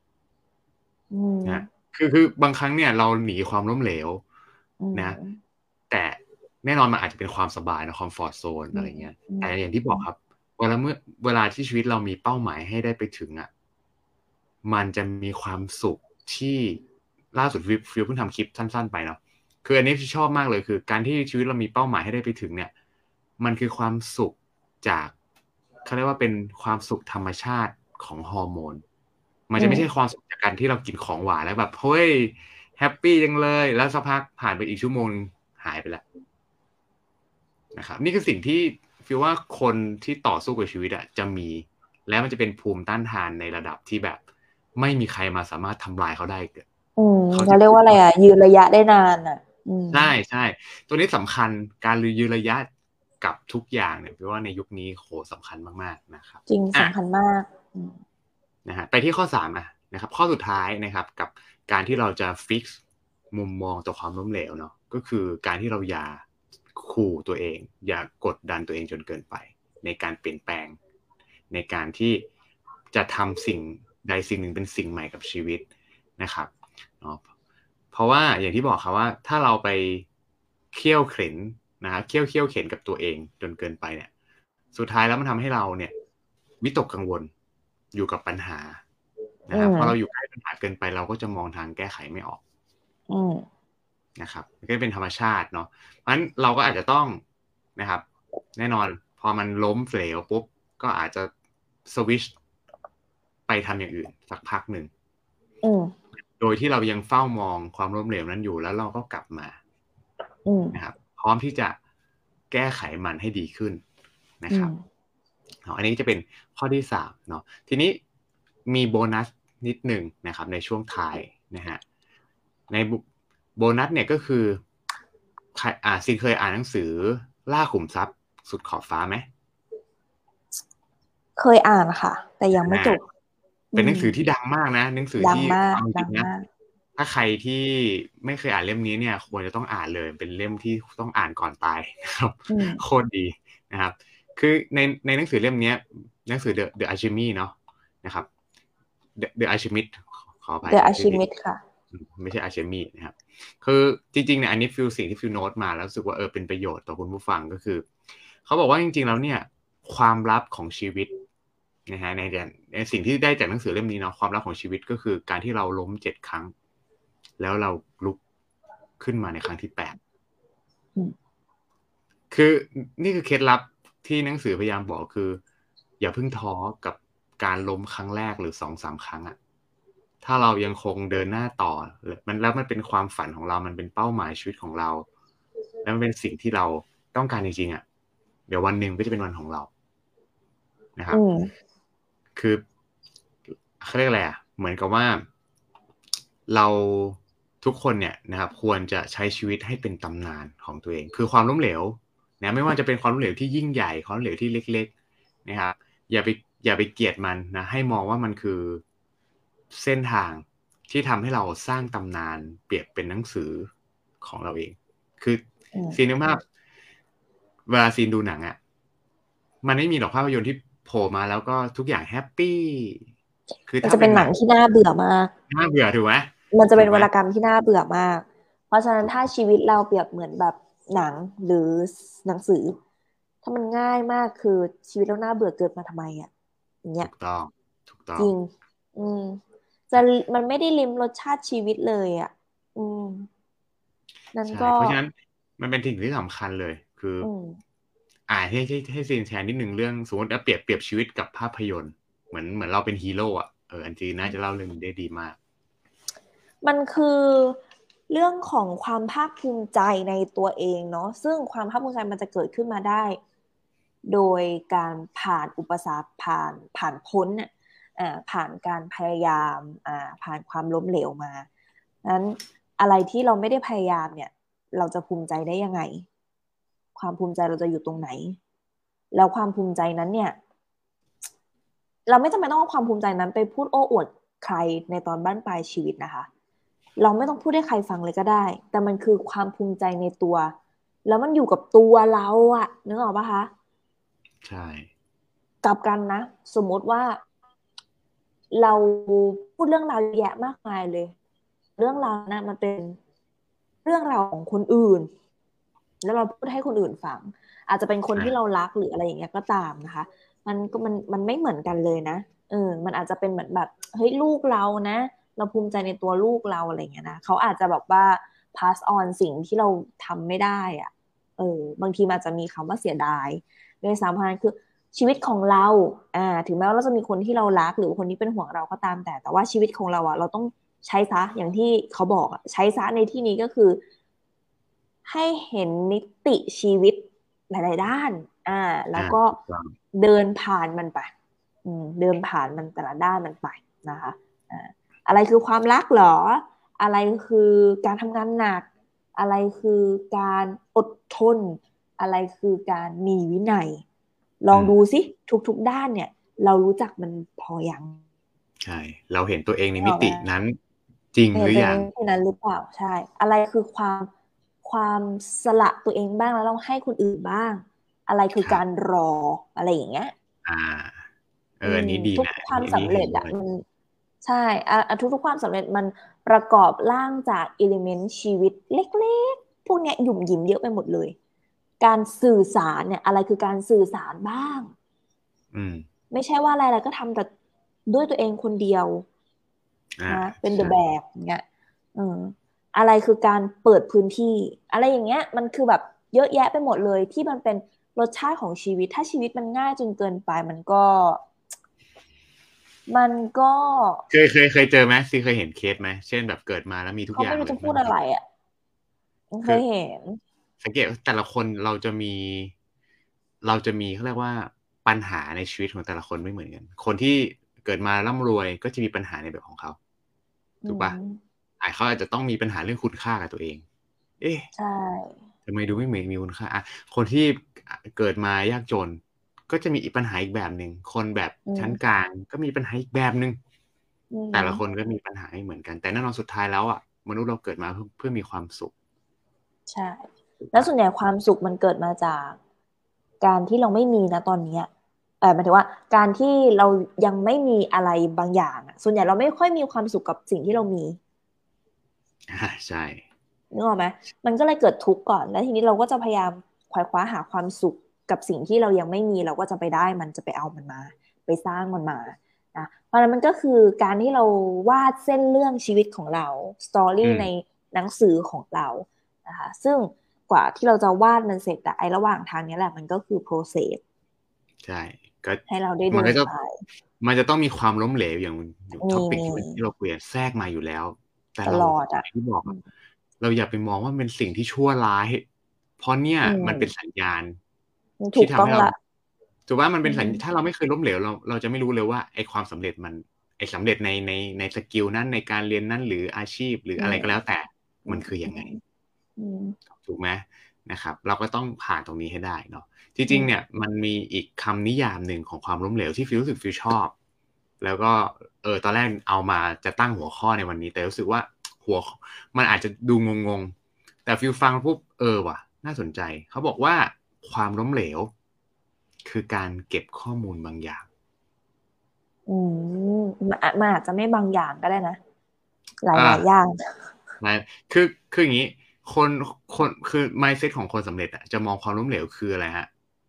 นะคือคือบางครั้งเนี่ยเราหนีความล้มเหลวนะแต่แน่นอนมันอาจจะเป็นความสบายนะคอมฟอร์ตโซนอะไรเงี้ยแต่อย่างที่บอกครับเวลาเมื่อเวลาที่ชีวิตเรามีเป้าหมายให้ได้ไปถึงอ่ะมันจะมีความสุขที่ล่าสุดฟิวฟิวเพิ่งทำคลิปสั้นๆไปเนาะคืออันนี้ที่ชอบมากเลยคือการที่ชีวิตเรามีเป้าหมายให้ได้ไปถึงเนี่ยมันคือความสุขจากเขาเรียกว่าเป็นความสุขธรรมชาติของฮอร์โมนมันจะไม่ใช่ความสุขจากการที่เรากินของหวานแล้วแบบเฮ้ยแฮปปี้จังเลยแล้วสักพักผ่านไปอีกชั่วโมงหายไปแล้วนะครับนี่คือสิ่งที่ฟิวว่าคนที่ต่อสู้กับชีวิตอะจะมีแล้วมันจะเป็นภูมิต้านทานในระดับที่แบบไม่มีใครมาสามารถทำลายเขาได้เกิดเขาเรียกว่าอะไรอ่ะยืนระยะได้นานอ่ะใช่ใช่ตัวนี้สำคัญการยืนระยะกับทุกอย่างเนี่ยฟิวว่าในยุคนี้โหสำคัญมากๆนะครับจริงสำคัญมากนะฮะไปที่ข้อสามอ่ะนะครับข้อสุดท้ายนะครับกับการที่เราจะฟิกซ์มุมมองต่อความล้มเหลวเนาะก็คือการที่เราอย่าขู่ตัวเองอย่ากดดันตัวเองจนเกินไปในการเปลี่ยนแปลงในการที่จะทำสิ่งใดสิ่งหนึ่งเป็นสิ่งใหม่กับชีวิตนะครับเนาะเพราะว่าอย่างที่บอกครับว่าถ้าเราไปเคี่ยวเข็นนะครับเคี่ยวเคี่ยวเข็นกับตัวเองจนเกินไปเนี่ยสุดท้ายแล้วมันทำให้เราเนี่ยวิตกกังวลอยู่กับปัญหานะครับพอเราอยู่ใกล้ปัญหาเกินไปเราก็จะมองทางแก้ไขไม่ออกนะครับก็เป็นธรรมชาติเนาะเพราะฉะนั้นเราก็อาจจะต้องนะครับแน่นอนพอมันล้มเหลวปุ๊บก็อาจจะสวิชไปทำอย่างอื่นสักพักหนึ่งโดยที่เรายังเฝ้ามองความล้มเหลวนั้นอยู่แล้วเราก็กลับมานะครับพร้อมที่จะแก้ไขมันให้ดีขึ้นนะครับอันนี้จะเป็นข้อที่สามเนาะทีนี้มีโบนัสนิดหนึ่งนะครับในช่วงท้ายนะฮะในโบนัสเนี่ยก็คืออ่าซินเคยอ่านหนังสือล่าขุมทรัพย์สุดขอบฟ้าไหมเคยอ่านค่ะแต่ยังไม่จบเป็นหนังสือที่ดังมากนะหนังสือที่ดังมากดังมากถ้าใครที่ไม่เคยอ่านเล่มนี้เนี่ยควรจะต้องอ่านเลยเป็นเล่มที่ต้องอ่านก่อนตายนะครับโคตรดีนะครับคือในในหนังสือเล่มนี้หนังสือ The The Alchemy เนาะนะครับ The The Alchemist ขออภัย The Alchemist ค่ะไม่ใช่อาร์เชมีนะครับคือจริงๆเนี่ยอันนี้ฟิลสิ่งที่ฟิลโน้ตมาแล้วรู้สึกว่าเออเป็นประโยชน์ต่อคุณผู้ฟังก็คือเขาบอกว่าจริงๆแล้วเนี่ยความลับของชีวิตนะฮะในในสิ่งที่ได้จากหนังสือเล่มนี้เนาะความลับของชีวิตก็คือการที่เราล้มเจ็ดครั้งแล้วเราลุกขึ้นมาในครั้งที่แปดคือนี่คือเคล็ดลับที่หนังสือพยายามบอกคืออย่าเพิ่งท้อกับการล้มครั้งแรกหรือสองสามครั้งอะถ้าเรายังคงเดินหน้าต่อมันแล้วมันเป็นความฝันของเรามันเป็นเป้าหมายชีวิตของเราแล้วมันเป็นสิ่งที่เราต้องการจริงๆอะเดี๋ยววันหนึ่งก็จะเป็นวันของเรานะครับคือเขาเรียกอะไรอะเหมือนกับว่าเราทุกคนเนี่ยนะครับควรจะใช้ชีวิตให้เป็นตำนานของตัวเองคือความล้มเหลวนะไม่ว่าจะเป็นความล้มเหลวที่ยิ่งใหญ่ความล้มเหลวที่เล็กๆนะครับอย่าไปอย่าไปเกลียดมันนะให้มองว่ามันคือเส้นทางที่ทำให้เราสร้างตำนานเปรียบเป็นหนังสือของเราเองคือซีนึกภาพเวลาซีนดูหนังอ่ะมันไม่มีหรอกภาพยนตร์ที่โผล่มาแล้วก็ทุกอย่างแฮปปี้คือมันถ้าจะเป็นหนังที่น่าเบื่อมากน่าเบื่อถูกไหมมันจะเป็นวรรณกรรมที่น่าเบื่อมากเพราะฉะนั้นถ้าชีวิตเราเปรียบเหมือนแบบหนังหรือหนังสือถ้ามันง่ายมากคือชีวิตเราน่าเบื่อเกิดมาทำไมอ่ะอย่างเงี้ยถูกต้องถูกต้องจริงอืมจะมันไม่ได้ลิ้มรสชาติชีวิตเลยอ่ะอืมนั่นใช่ก็เพราะฉะนั้นมันเป็นสิ่งที่สำคัญเลยคืออืมอ่าให้ให้ให้ซีนแชร์นิดนึงเรื่องสมมติว่าเปรียบเปรียบชีวิตกับภาพยนตร์เหมือนเหมือนเราเป็นฮีโร่อ่ะเอออันจีน่าจะเล่าเรื่องนี้ได้ดีมากมันคือเรื่องของความภาคภูมิใจในตัวเองเนาะซึ่งความภาคภูมิใจมันจะเกิดขึ้นมาได้โดยการผ่านอุปสรรคผ่านผ่านพ้นเนี่ยผ่านการพยายามผ่านความล้มเหลวมานั้นอะไรที่เราไม่ได้พยายามเนี่ยเราจะภูมิใจได้ยังไงความภูมิใจเราจะอยู่ตรงไหนแล้วความภูมิใจนั้นเนี่ยเราไม่จำเป็นต้องเอาความภูมิใจนั้นไปพูดโอ้อวดใครในตอนบั้นปลายชีวิตนะคะเราไม่ต้องพูดให้ใครฟังเลยก็ได้แต่มันคือความภูมิใจในตัวแล้วมันอยู่กับตัวเราอะนึกออกปะคะใช่กลับกันนะสมมติว่าเราพูดเรื่องราวแยะมากมายเลยเรื่องราวนะมันเป็นเรื่องราวของคนอื่นแล้วเราพูดให้คนอื่นฟังอาจจะเป็นคนที่เรารักหรืออะไรอย่างเงี้ยก็ตามนะคะมันก็มันมันไม่เหมือนกันเลยนะเออมันอาจจะเป็นเหมือนแบบเฮ้ยลูกเรานะเราภูมิใจในตัวลูกเราอะไรอย่างเงี้ยนะเขาอาจจะแบบว่า pass on สิ่งที่เราทำไม่ได้อะเออบางทีมันอาจจะมีคำว่าเสียดายด้วยซ้ำเพราะนั้นคือชีวิตของเราอ่าถึงแม้ว่าเราจะมีคนที่เรารักหรือคนที่เป็นห่วงเราก็ตามแต่แต่ว่าชีวิตของเราอ่ะเราต้องใช้ซะอย่างที่เขาบอกอ่ะใช้ซะในที่นี้ก็คือให้เห็นนิติชีวิตหลายๆด้านอ่าแล้วอ่าก็ถูกต้องเดินผ่านมันไปอืมเดินผ่านมันแต่ละด้านมันไปนะคะอ่าอะไรคือความรักเหรออะไรคือการทำงานหนักอะไรคือการอดทนอะไรคือการมีวินัย ลองอืมดูสิทุกๆด้านเนี่ยเรารู้จักมันพออย่างใช่เราเห็นตัวเองในออกไหมมิตินั้นจริงหเห็นตัวเอรือยังงที่นั้นหรือเปล่าใช่อะไรคือความความสละตัวเองบ้างแล้วเราให้คนอื่นบ้างอะไรคือครับการรออะไรอย่างเงี้ยอ่าเออืมออันนี้ดีทุกนะอันความนี้อันนี้สำเร็จเห็นด้วยอะมันใช่อะอะทุกๆความสำเร็จมันประกอบร่างจากอิเลเมนต์ชีวิตเล็กๆพวกเนี้ยหยุ่มหยิมเยอะไปหมดเลยการสื่อสารเนี่ยอะไรคือการสื่อสารบ้างอืมไม่ใช่ว่าอะไรๆก็ทำแต่ด้วยตัวเองคนเดียวอ่านะเป็นเดอะใช่แบกอย่างเงี้ยเอออะไรคือการเปิดพื้นที่อะไรอย่างเงี้ยมันคือแบบเยอะแยะไปหมดเลยที่มันเป็นรสชาติของชีวิตถ้าชีวิตมันง่ายจนเกินไปมันก็มันก็เคยเคยเคยเจอไหมซีเคยเห็นเคสไหมเช่นแบบเกิดมาแล้วมีทุกเขาอย่างเลยไม่ไม่รู้จะพูดอะไรอ่ะเคคือยเห็นสังเกตว่าแต่ละคนเราจะมีเราจะมีเขาเรียกว่าปัญหาในชีวิตของแต่ละคนไม่เหมือนกันคนที่เกิดมาร่ำรวยก็จะมีปัญหาในแบบของเขาอืถูกปะมอ่าเขาอาจจะต้องมีปัญหาเรื่องคุณค่ากับตัวเองเอ๊ะใช่ทำไมดูไม่เหมือนมีคุณค่าอ่ะคนที่เกิดมายากจนก็จะมีอีกปัญหาอีกแบบหนึ่งคนแบบอืชั้นกลามงก็มีปัญหาอีกแบบหนึ่งอืแต่ละคนมก็มีปัญหาไม่เหมือนกันแต่แน่นอนสุดท้ายแล้วอ่ะมนุษย์เราเกิดมาเพื่อเพื่อมีความสุขใช่ถูกปะแล้วส่วนใหญ่ความสุขมันเกิดมาจากการที่เราไม่มีนะตอนเนี้ยเออหมายถึงว่าการที่เรายังไม่มีอะไรบางอย่างอะส่วนใหญ่เราไม่ค่อยมีความสุขกับสิ่งที่เรามีอ่าใช่นึกออกไหมมันก็เลยเกิดทุกข์ก่อนแล้วทีนี้เราก็จะพยายามขวายคว้าหาความสุขกับสิ่งที่เรายังไม่มีเราก็จะไปได้มันจะไปเอามันมาไปสร้างมันมานะเพราะฉะนั้นมันก็คือการที่เราวาดเส้นเรื่องชีวิตของเราสตออืรี่มในหนังสือของเรานะคะซึ่งกว่าที่เราจะวาดมันเสร็จแต่ไอระหว่างทางนี้แหละมันก็คือ process ใช่ก็ให้เราได้มันก็จะเดินไปมันจะต้องมีความล้มเหลวอย่างอย่างท็มีอปิกมีที่ที่เราคุยกันแทรกมาอยู่แล้วแต่ตเราลอดอ่ะอย่างที่บอกอะเราอย่าไปมองว่าเป็นสิ่งที่ชั่วร้ายเพราะเนี่ยอืมันเป็นมสัญญาณถูที่ทำให้เรากต้องละถือว่ามันอืเป็นสัญถ้าเรามไม่เคยล้มเหลวเราเราจะไม่รู้เลยว่าไอ้ความสำเร็จมันไอ้สำเร็จในในในสกิลนั้นในการเรียนนั้นหรืออาชีพหรืออืมอะไรก็แล้วแต่อืมมันคือยังไงอืมถูกไหมนะครับเราก็ต้องผ่านตรงนี้ให้ได้เนาะจอืมริงๆเนี่ยมันมีอีกคำนิยามหนึ่งของความล้มเหลวที่ฟิลรู้สึกฟิลชอบแล้วก็เออตอนแรกเอามาจะตั้งหัวข้อในวันนี้แต่รู้สึกว่าหัวมันอาจจะดูงงๆแต่ฟิลฟังปุ๊บเออว่ะน่าสนใจเขาบอกว่าความล้มเหลวคือการเก็บข้อมูลบางอย่างอืมมันอามันอาจจะไม่บางอย่างก็ได้นะ หอ่าลายๆอย่างนะคือคืออย่างนี้คนคนคือ mindset ของคนสำเร็จอะจะมองความล้มเหลวคืออะไรฮะ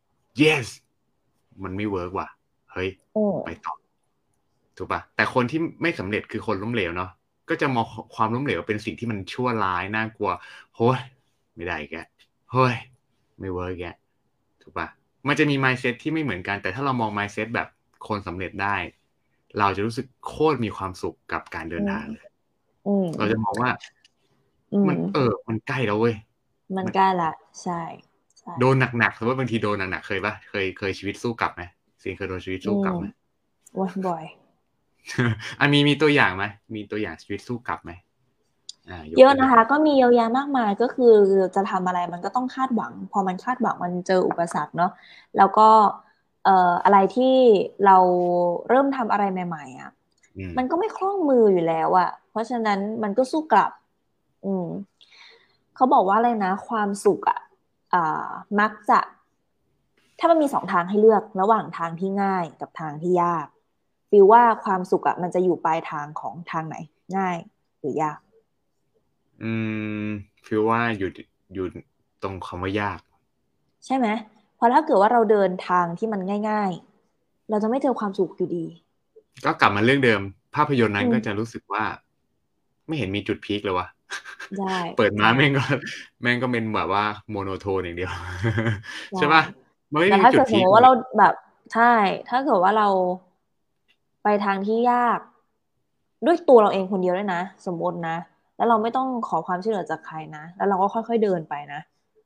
yes มันไม่เวิร์กว่ะเฮ้ยอืไปมต่อถูกปะแต่คนที่ไม่สำเร็จคือคนล้มเหลวเนาะก็จะมองความล้มเหลวเป็นสิ่งที่มันชั่วร้ายน่ากลัวโฮ้ยไม่ได้แกเฮ้ยไม่เวิร์กแกถูกปะมันจะมี mindset ที่ไม่เหมือนกันแต่ถ้าเรามอง mindset แบบคนสำเร็จได้เราจะรู้สึกโคตรมีความสุขกับการเดิอืมนทางเลยอืมเราจะมองว่าอืมมันเออมันใกล้แล้วเว้ยมันมันใกล้ละใช่ใช่โดนหนักๆสมมติบางทีโดนหนักๆเคยปะเคยเคยชีวิตสู้กลับไหมสิงเคยโดนชีวิตอืมสู้กลับไหมโอ้ยบ่อยอ่ะมีมีตัวอย่างไหมมีตัวอย่างชีวิตสู้กลับไหมอ่ายเยอะนะคะกตัวอย่างก็มีเยอะแยะมากมายก็คือจะทำอะไรมันก็ต้องคาดหวังพอมันคาดหวังมันเจออุปสรรคเนาะแล้วก็เอ่ออะไรที่เราเริ่มทำอะไรใหม่ๆอ่ะอืมมันก็ไม่คล่องมืออยู่แล้วอ่ะเพราะฉะนั้นมันก็สู้กลับอืมเขาบอกว่าอะไรนะความสุขอ่ะอ่ามักจะถ้ามันมีสองทางให้เลือกระหว่างทางที่ง่ายกับทางที่ยากฟิลว่าความสุขอ่ะมันจะอยู่ปลายทางของทางไหนง่ายหรือยากอืมฟีลว่าอยู่อยู่ตรงคำว่ายากใช่ไหมเพราะถ้าเกิดว่าเราเดินทางที่มันง่ายๆเราจะไม่เจอความสุขอยู่ดีก็กลับมาเรื่องเดิมภาพยนตร์นั้นก็จะอืมรู้สึกว่าไม่เห็นมีจุดพีคเลยวะได้เปิดมาใช่แม่งก็แม่งก็เป็นแบบว่าโมโนโทนอย่างเดียวใช่ใช่ปะมันไม่แต่ถ้าเกิมีจุดดสมมติว่าเราพีคเลยแบบใช่ถ้าเกิดว่าเราไปทางที่ยากด้วยตัวเราเองคนเดียวด้วยนะสมมตินะแล้วเราไม่ต้องขอความช่วยเหลือจากใครนะแล้วเราก็ค่อยๆเดินไปนะ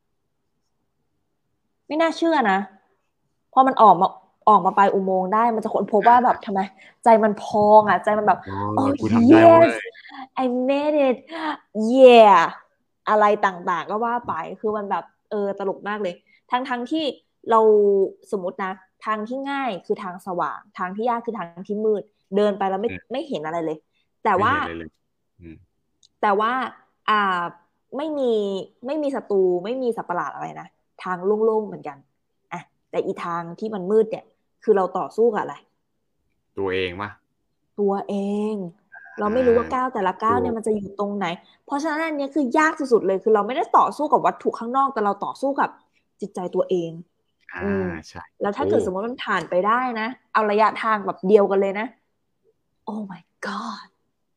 ไม่น่าเชื่อนะพอมันออกมาออกมาไปลายอุโมงค์ได้มันจะค้นพบว่าแบบทำไมใจมันพองอ่ะใจมันแบบโอ้โอ้ยกูทำได้เว้ yes ย I made it yeah อะไรต่างๆก็ว่าไปคือมันแบบเออตลกมากเลยทั้งทั้งที่เราสมมตินะทางที่ง่ายคือทางสว่างทางที่ยากคือทางที่มืดเดินไปแล้วไม่อืมไม่เห็นอะไรเลยแต่ไม่ว่าเห็นเลยเลยอืมแต่ว่าอ่าไม่มีไม่มีศัตรูไม่มีสัตว์ประหลาดอะไรนะทางโล่งๆเหมือนกันอ่ะแต่อีทางที่มันมืดเนี่ยคือเราต่อสู้กับอะไรตัวเองปะตัวเองเราอ่ไม่รู้ว่าก้าวาแต่ละก้าวถูกเนี่ยมันจะอยู่ตรงไหนเพราะฉะนั้นอันเนี้ยคือยากสุดๆเลยคือเราไม่ได้ต่อสู้กับวัตถุข้างนอกแต่เราต่อสู้กับจิตใจตัวเองอ่าอืมใช่แล้วถ้าโอ้เกิดสมมติมันผ่านไปได้นะเอาระยะทางแบบเดียวกันเลยนะโอ้ my god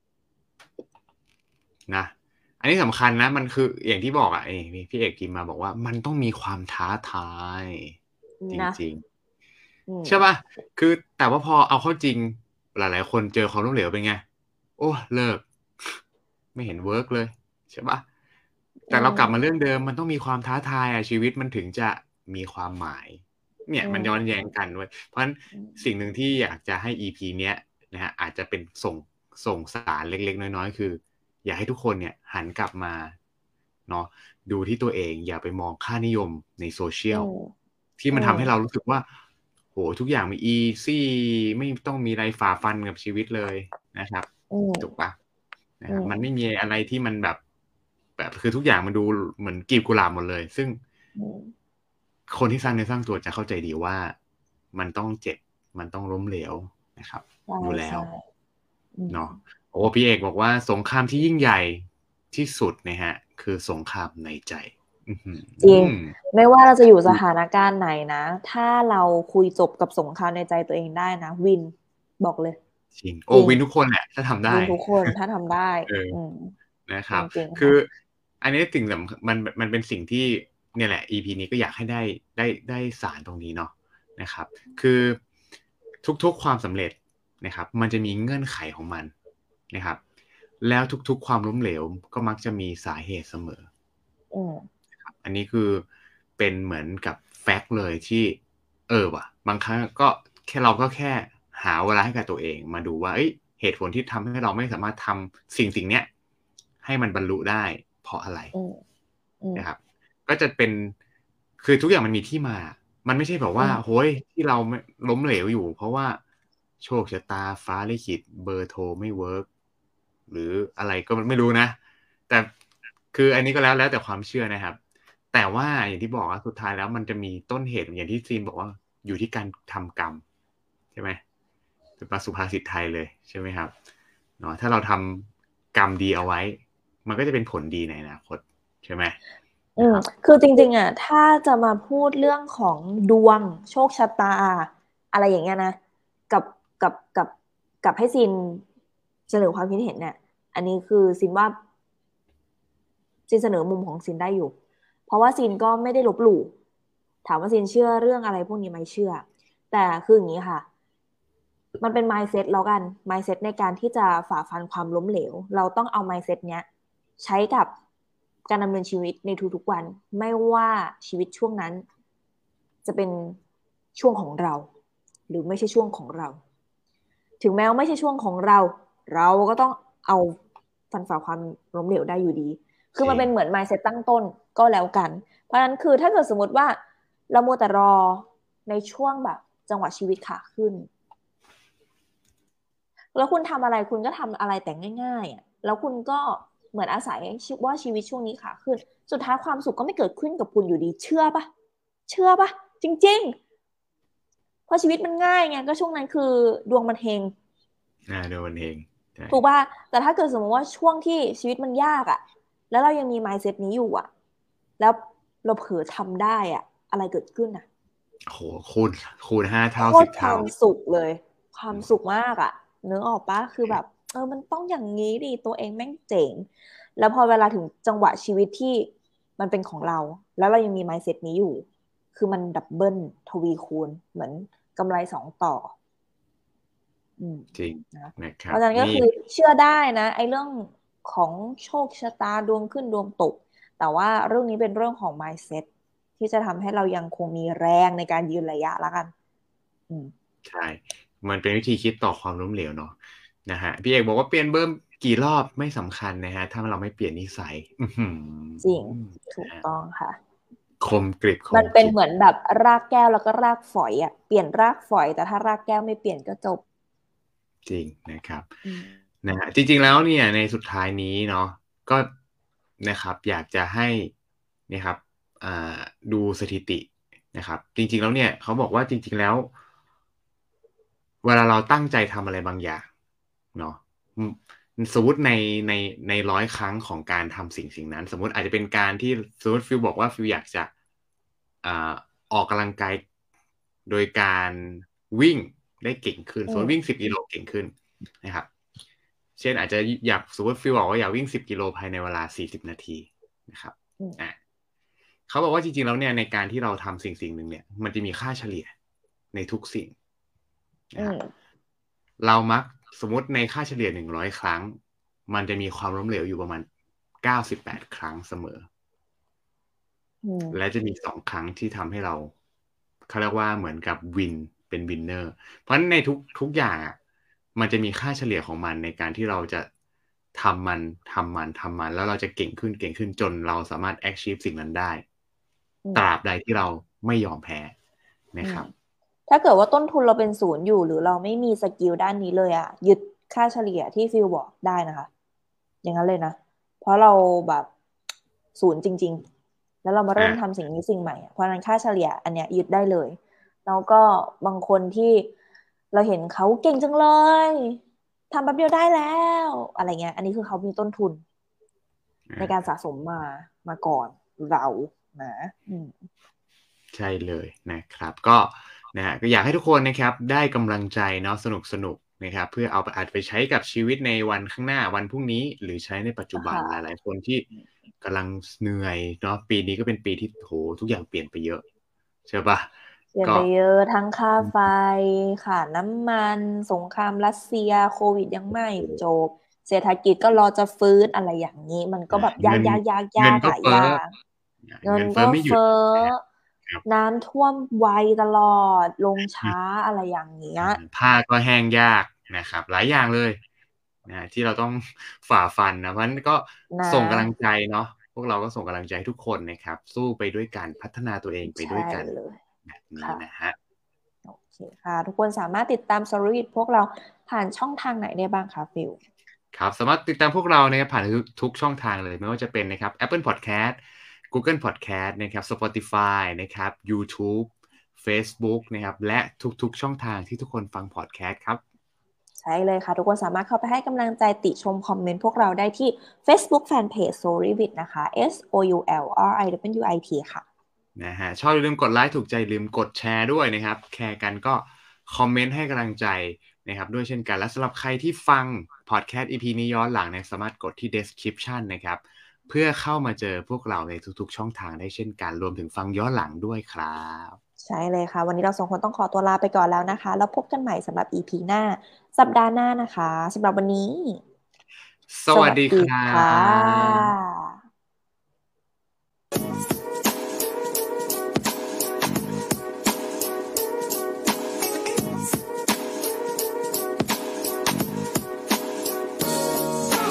นะอันนี้สำคัญนะมันคืออย่างที่บอกอ่ะเอ้ยพี่เอกพิมพ์มาบอกว่ามันต้องมีความท้าทายจนะริงอืมๆใช่ป่ะคือแต่ว่าพอเอาเข้าจริงหลายๆคนเจอความล้มเหลวเป็นไงโอ้เลิกไม่เห็นเวิร์กเลยใช่ป่ะอืแต่เรากลับมามเรื่องเดิมมันต้องมีความท้าทายอ่ะชีวิตมันถึงจะมีความหมายเนี่ยอืมันย้อนแย้งมกันเว้ยเพราะฉะนั้นอืมสิ่งหนึ่งที่อยากจะให้ อี พี เนี้ยนะฮะอาจจะเป็นส่งส่งสารเล็กๆน้อยๆคือ อยากให้ทุกคนเนี่ยหันกลับมาเนาะดูที่ตัวเองอย่าไปมองค่านิยมในโซเชีอืยลมที่อืมมันทำให้เรารู้สึกว่าโหทุกอย่างมันอีซี่ไม่ต้องมีอะไรฝ่าฟันกับชีวิตเลยนะครับอืมถูกปะนะอืมครับมันไม่มีอะไรที่มันแบบแบบคือทุกอย่างมันดูเหมือนกลีบกุหลาบหมดเลยซึ่งอืมคนที่สร้างเนื้อสร้างตัวจะเข้าใจดีว่ามันต้องเจ็บมันต้องล้มเหลวนะครับใช่อยู่แล้วใช่อืมเนาะโอ้พี่เอกบอกว่าสงครามที่ยิ่งใหญ่ที่สุดนะฮะคือสงครามในใจจริงไม่ว่าเราจะอยู่สถานการณ์ไหนนะถ้าเราคุยจบกับสงครามในใจตัวเองได้นะวินบอกเลยจริงโอ้วินทุกคนแหละถ้าทำได้วินทุกคนถ้าทำได้เอออืมนะครับจริงๆคือค่ะอันนี้สิ่งสำคัญมันมันเป็นสิ่งที่เนี่ยแหละ อี พี นี้ก็อยากให้ได้ได้ได้สารตรงนี้เนาะนะครับคือทุกๆความสำเร็จนะครับมันจะมีเงื่อนไขของมันนะครับแล้วทุกๆความล้มเหลวก็มักจะมีสาเหตุเสมออืมครับอันนี้คือเป็นเหมือนกับแฟกต์เลยที่เออว่ะบางครั้งก็แค่เราก็แค่หาเวลาให้กับตัวเองมาดูว่าเอ้ยเหตุผลที่ทำให้เราไม่สามารถทำสิ่งสิ่งเนี้ยให้มันบรรลุได้เพราะอะไรนะครับก็จะเป็นคือทุกอย่างมันมีที่มามันไม่ใช่แบบว่าโห้ยที่เราล้มเหลวอยู่เพราะว่าโชคชะตาฟ้าลิขิตเบอร์โทรไม่เวิร์กหรืออะไรก็ไม่รู้นะแต่คืออันนี้ก็แล้วแล้วแต่ความเชื่อนะครับแต่ว่าอย่างที่บอกว่าสุดท้ายแล้วมันจะมีต้นเหตุอย่างที่ซีนบอกว่าอยู่ที่การทำกรรมใช่ไหมเป็นปสุภาษิตไทยเลยใช่ไหมครับเนาะถ้าเราทำกรรมดีเอาไว้มันก็จะเป็นผลดีในอนาคตใช่ไหมอืมคือจริงๆอ่ะถ้าจะมาพูดเรื่องของดวงโชคชะตาอะไรอย่างเงี้ยนะกับกับกับกับให้ซินเสนอความคิดเห็นเนี่ยอันนี้คือซินว่าซินเสนอมุมของซินได้อยู่เพราะว่าซินก็ไม่ได้ลบหลู่ถามว่าซินเชื่อเรื่องอะไรพวกนี้ไหมเชื่อแต่คืออย่างนี้ค่ะมันเป็น mindset แล้วกัน mindset ในการที่จะฝ่าฟันความล้มเหลวเราต้องเอา mindset เนี้ยใช้กับการดำเนินชีวิตในทุกๆวันไม่ว่าชีวิตช่วงนั้นจะเป็นช่วงของเราหรือไม่ใช่ช่วงของเราถึงแม้ว่าไม่ใช่ช่วงของเราเราก็ต้องเอาฟันฝ่าความล้มเหลวได้อยู่ดีคือมันเป็นเหมือน mindset ตั้งต้นก็แล้วกันเพราะฉะนั้นคือถ้าเกิดสมมติว่าเรามัวแต่รอในช่วงแบบจังหวะชีวิตขาขึ้นแล้วคุณทำอะไรคุณก็ทำอะไรแต่ง่ายๆอ่ะแล้วคุณก็เหมือนอาศัยว่าชีวิตช่วงนี้ขาขึ้นสุดท้ายความสุขก็ไม่เกิดขึ้นกับคุณอยู่ดีเชื่อปะเชื่อปะจริงๆเพราะชีวิตมันง่ายไงก็ช่วงนั้นคือดวงมันเฮงอ่าดวงมันเฮงถูกป่ะแต่ถ้าเกิดสมมติว่าช่วงที่ชีวิตมันยากอ่ะแล้วเรายังมี mindset นี้อยู่อ่ะแล้วเราเผลอทำได้อ่ะอะไรเกิดขึ้นอ่ะโหคูณคูณห้าโคเท่าสิบเท่าตรความสุขเลยความสุขมากอ่ะนึกออกปะคือแบบเออมันต้องอย่างนี้ดิตัวเองแม่งเจ๋งแล้วพอเวลาถึงจังหวะชีวิตที่มันเป็นของเราแล้วเรายังมี mindset นี้อยู่คือมันดับเบิลทวีคูณเหมือนกำไรสองต่ออืมจริงนะนะครับเพราะฉะนั้นก็นี่คือเชื่อได้นะไอ้เรื่องของโชคชะตาดวงขึ้นดวงตกแต่ว่าเรื่องนี้เป็นเรื่องของ mindset ที่จะทำให้เรายังคงมีแรงในการยืนระยะแล้วกันอืมใช่มันเป็นวิธีคิดต่อความล้มเหลวเนาะนะฮะพี่เอกบอกว่าเปลี่ยนเบอร์กี่รอบไม่สำคัญนะฮะถ้าเราไม่เปลี่ยนนิสัยอื้อหืจริงอถูกต้องค่ะคมกริบคมันเป็นมกริบเหมือนแบบรากแก้วแล้วก็รากฝอยอะเปลี่ยนรากฝอยแต่ถ้ารากแก้วไม่เปลี่ยนก็จบจริงนะครับอืมนะฮะจริงๆแล้วเนี่ยในสุดท้ายนี้เนาะก็นะครับอยากจะให้นะครับอ่าดูสถิตินะครับจริงๆแล้วเนี่ยเขาบอกว่าจริงๆแล้วเวลาเราตั้งใจทำอะไรบางอย่างเนาะอืมสมมติในในในร้อยครั้งของการทำสิ่งสิ่งนั้นสมมติอาจจะเป็นการที่สมมติฟิลบอกว่าฟิลอยากจะอ่าออกกำลังกายโดยการวิ่งได้เก่งขึ้นสมมติวิ่งสิบกิโลเก่งขึ้นนะครับ เช่นอาจจะอยากสมมติฟิลบอกว่าอยากวิ่งสิบกิโลภายในเวลาสี่สิบนาทีนะครับอ่ะเขาบอกว่าจริงๆแล้วเนี่ยในการที่เราทำสิ่งสิ่งหนึ่งเนี่ยมันจะมีค่าเฉลี่ยในทุกสิ่งนะครับเรามักสมมติในค่าเฉลี่ยหนึ่งร้อยครั้งมันจะมีความล้มเหลวอยู่ประมาณเก้าสิบแปดครั้งเสมอและจะมีสองครั้งที่ทำให้เราเขาเรียกว่าเหมือนกับวินเป็นวินเนอร์เพราะฉะนั้นในทุกทุกอย่างอ่ะมันจะมีค่าเฉลี่ยของมันในการที่เราจะทำมันทำมันทำมันแล้วเราจะเก่งขึ้นเก่งขึ้นจนเราสามารถ achieve สิ่งนั้นได้ตราบใดที่เราไม่ยอมแพ้นะครับถ้าเกิดว่าต้นทุนเราเป็นศูนย์อยู่หรือเราไม่มีสกิลด้านนี้เลยอะยึดค่าเฉลี่ยที่ฟิลบอกได้นะคะอย่างนั้นเลยนะเพราะเราแบบศูนย์จริงๆแล้วเรามาเริ่มทำสิ่งนี้สิ่งใหม่เพราะนั้นค่าเฉลี่ยอันเนี้ยยึดได้เลยแล้วก็บางคนที่เราเห็นเขาเก่งจังเลยทำแป๊บเดียวได้แล้วอะไรเงี้ยอันนี้คือเขามีต้นทุนในการสะสมมามาก่อนเรานะอืมใช่เลยนะครับก็นะฮะก็อยากให้ทุกคนนะครับได้กำลังใจเนาะสนุกสนุกนะครับเพื่อเอาไปอาจไปใช้กับชีวิตในวันข้างหน้าวันพรุ่งนี้หรือใช้ในปัจจุบันค่ะหลายๆคนที่กำลังเหนื่อยเนาะปีนี้ก็เป็นปีที่โหทุกอย่างเปลี่ยนไปเยอะใช่ปะเปลี่ยนก็ไปเยอะทั้งค่าไฟค่าน้ำมันสงครามรัสเซียโควิดยังไม่โอ้โหจบเศรษฐกิจก็รอจะฟื้นอะไรอย่างนี้มันก็อ่าแบบยากเงินยากยากเงิยากหลายนก็เฟ้ออย่างอ่าเงินเงินเฟ้ก็อไม่หยุดเฟ้อนะฮะครับน้ำท่วมไวตลอดลงช้าอะไรอย่างเงี้ยอ่าผ้าก็แห้งยากนะครับหลายอย่างเลยนะที่เราต้องฝ่าฟันนะเพราะฉะนั้นก็นะส่งกำลังใจเนาะพวกเราก็ส่งกำลังใจให้ทุกคนนะครับสู้ไปด้วยกันพัฒนาตัวเองไปด้วใช่ยกันเลยแบบนี้ค่ะนะฮะโอเคค่ะทุกคนสามารถติดตามสรุปพวกเราผ่านช่องทางไหนได้บ้างคะฟิลครับสามารถติดตามพวกเรานะครับผ่านทุกทุกช่องทางเลยไม่ว่าจะเป็นนะครับ Apple Podcast Google Podcast นะครับ Spotify นะครับ YouTube Facebook นะครับและทุกๆช่องทางที่ทุกคนฟัง podcast ครับใช่เลยค่ะทุกคนสามารถเข้าไปให้กำลังใจติชมคอมเมนต์พวกเราได้ที่ Facebook Fanpage Solivit นะคะ S O U L R I W I T ค่ะนะฮะชอบอย่าลืมกดไลค์ถูกใจลืมกดแชร์ด้วยนะครับแชร์กันก็คอมเมนต์ให้กำลังใจนะครับด้วยเช่นกันและสำหรับใครที่ฟังพอดแคสต์ อี พี นี้ย้อนหลังเนี่ยสามารถกดที่ description นะครับเพื่อเข้ามาเจอพวกเราในทุกๆช่องทางได้เช่นกันรวมถึงฟังย้อนหลังด้วยครับใช่เลยค่ะวันนี้เราสองคนต้องขอตัวลาไปก่อนแล้วนะคะแล้วพบกันใหม่สำหรับ อี พี หน้าสัปดาห์หน้านะคะสำหรับวันนี้สวัสสวัสดีดีครัค่บะ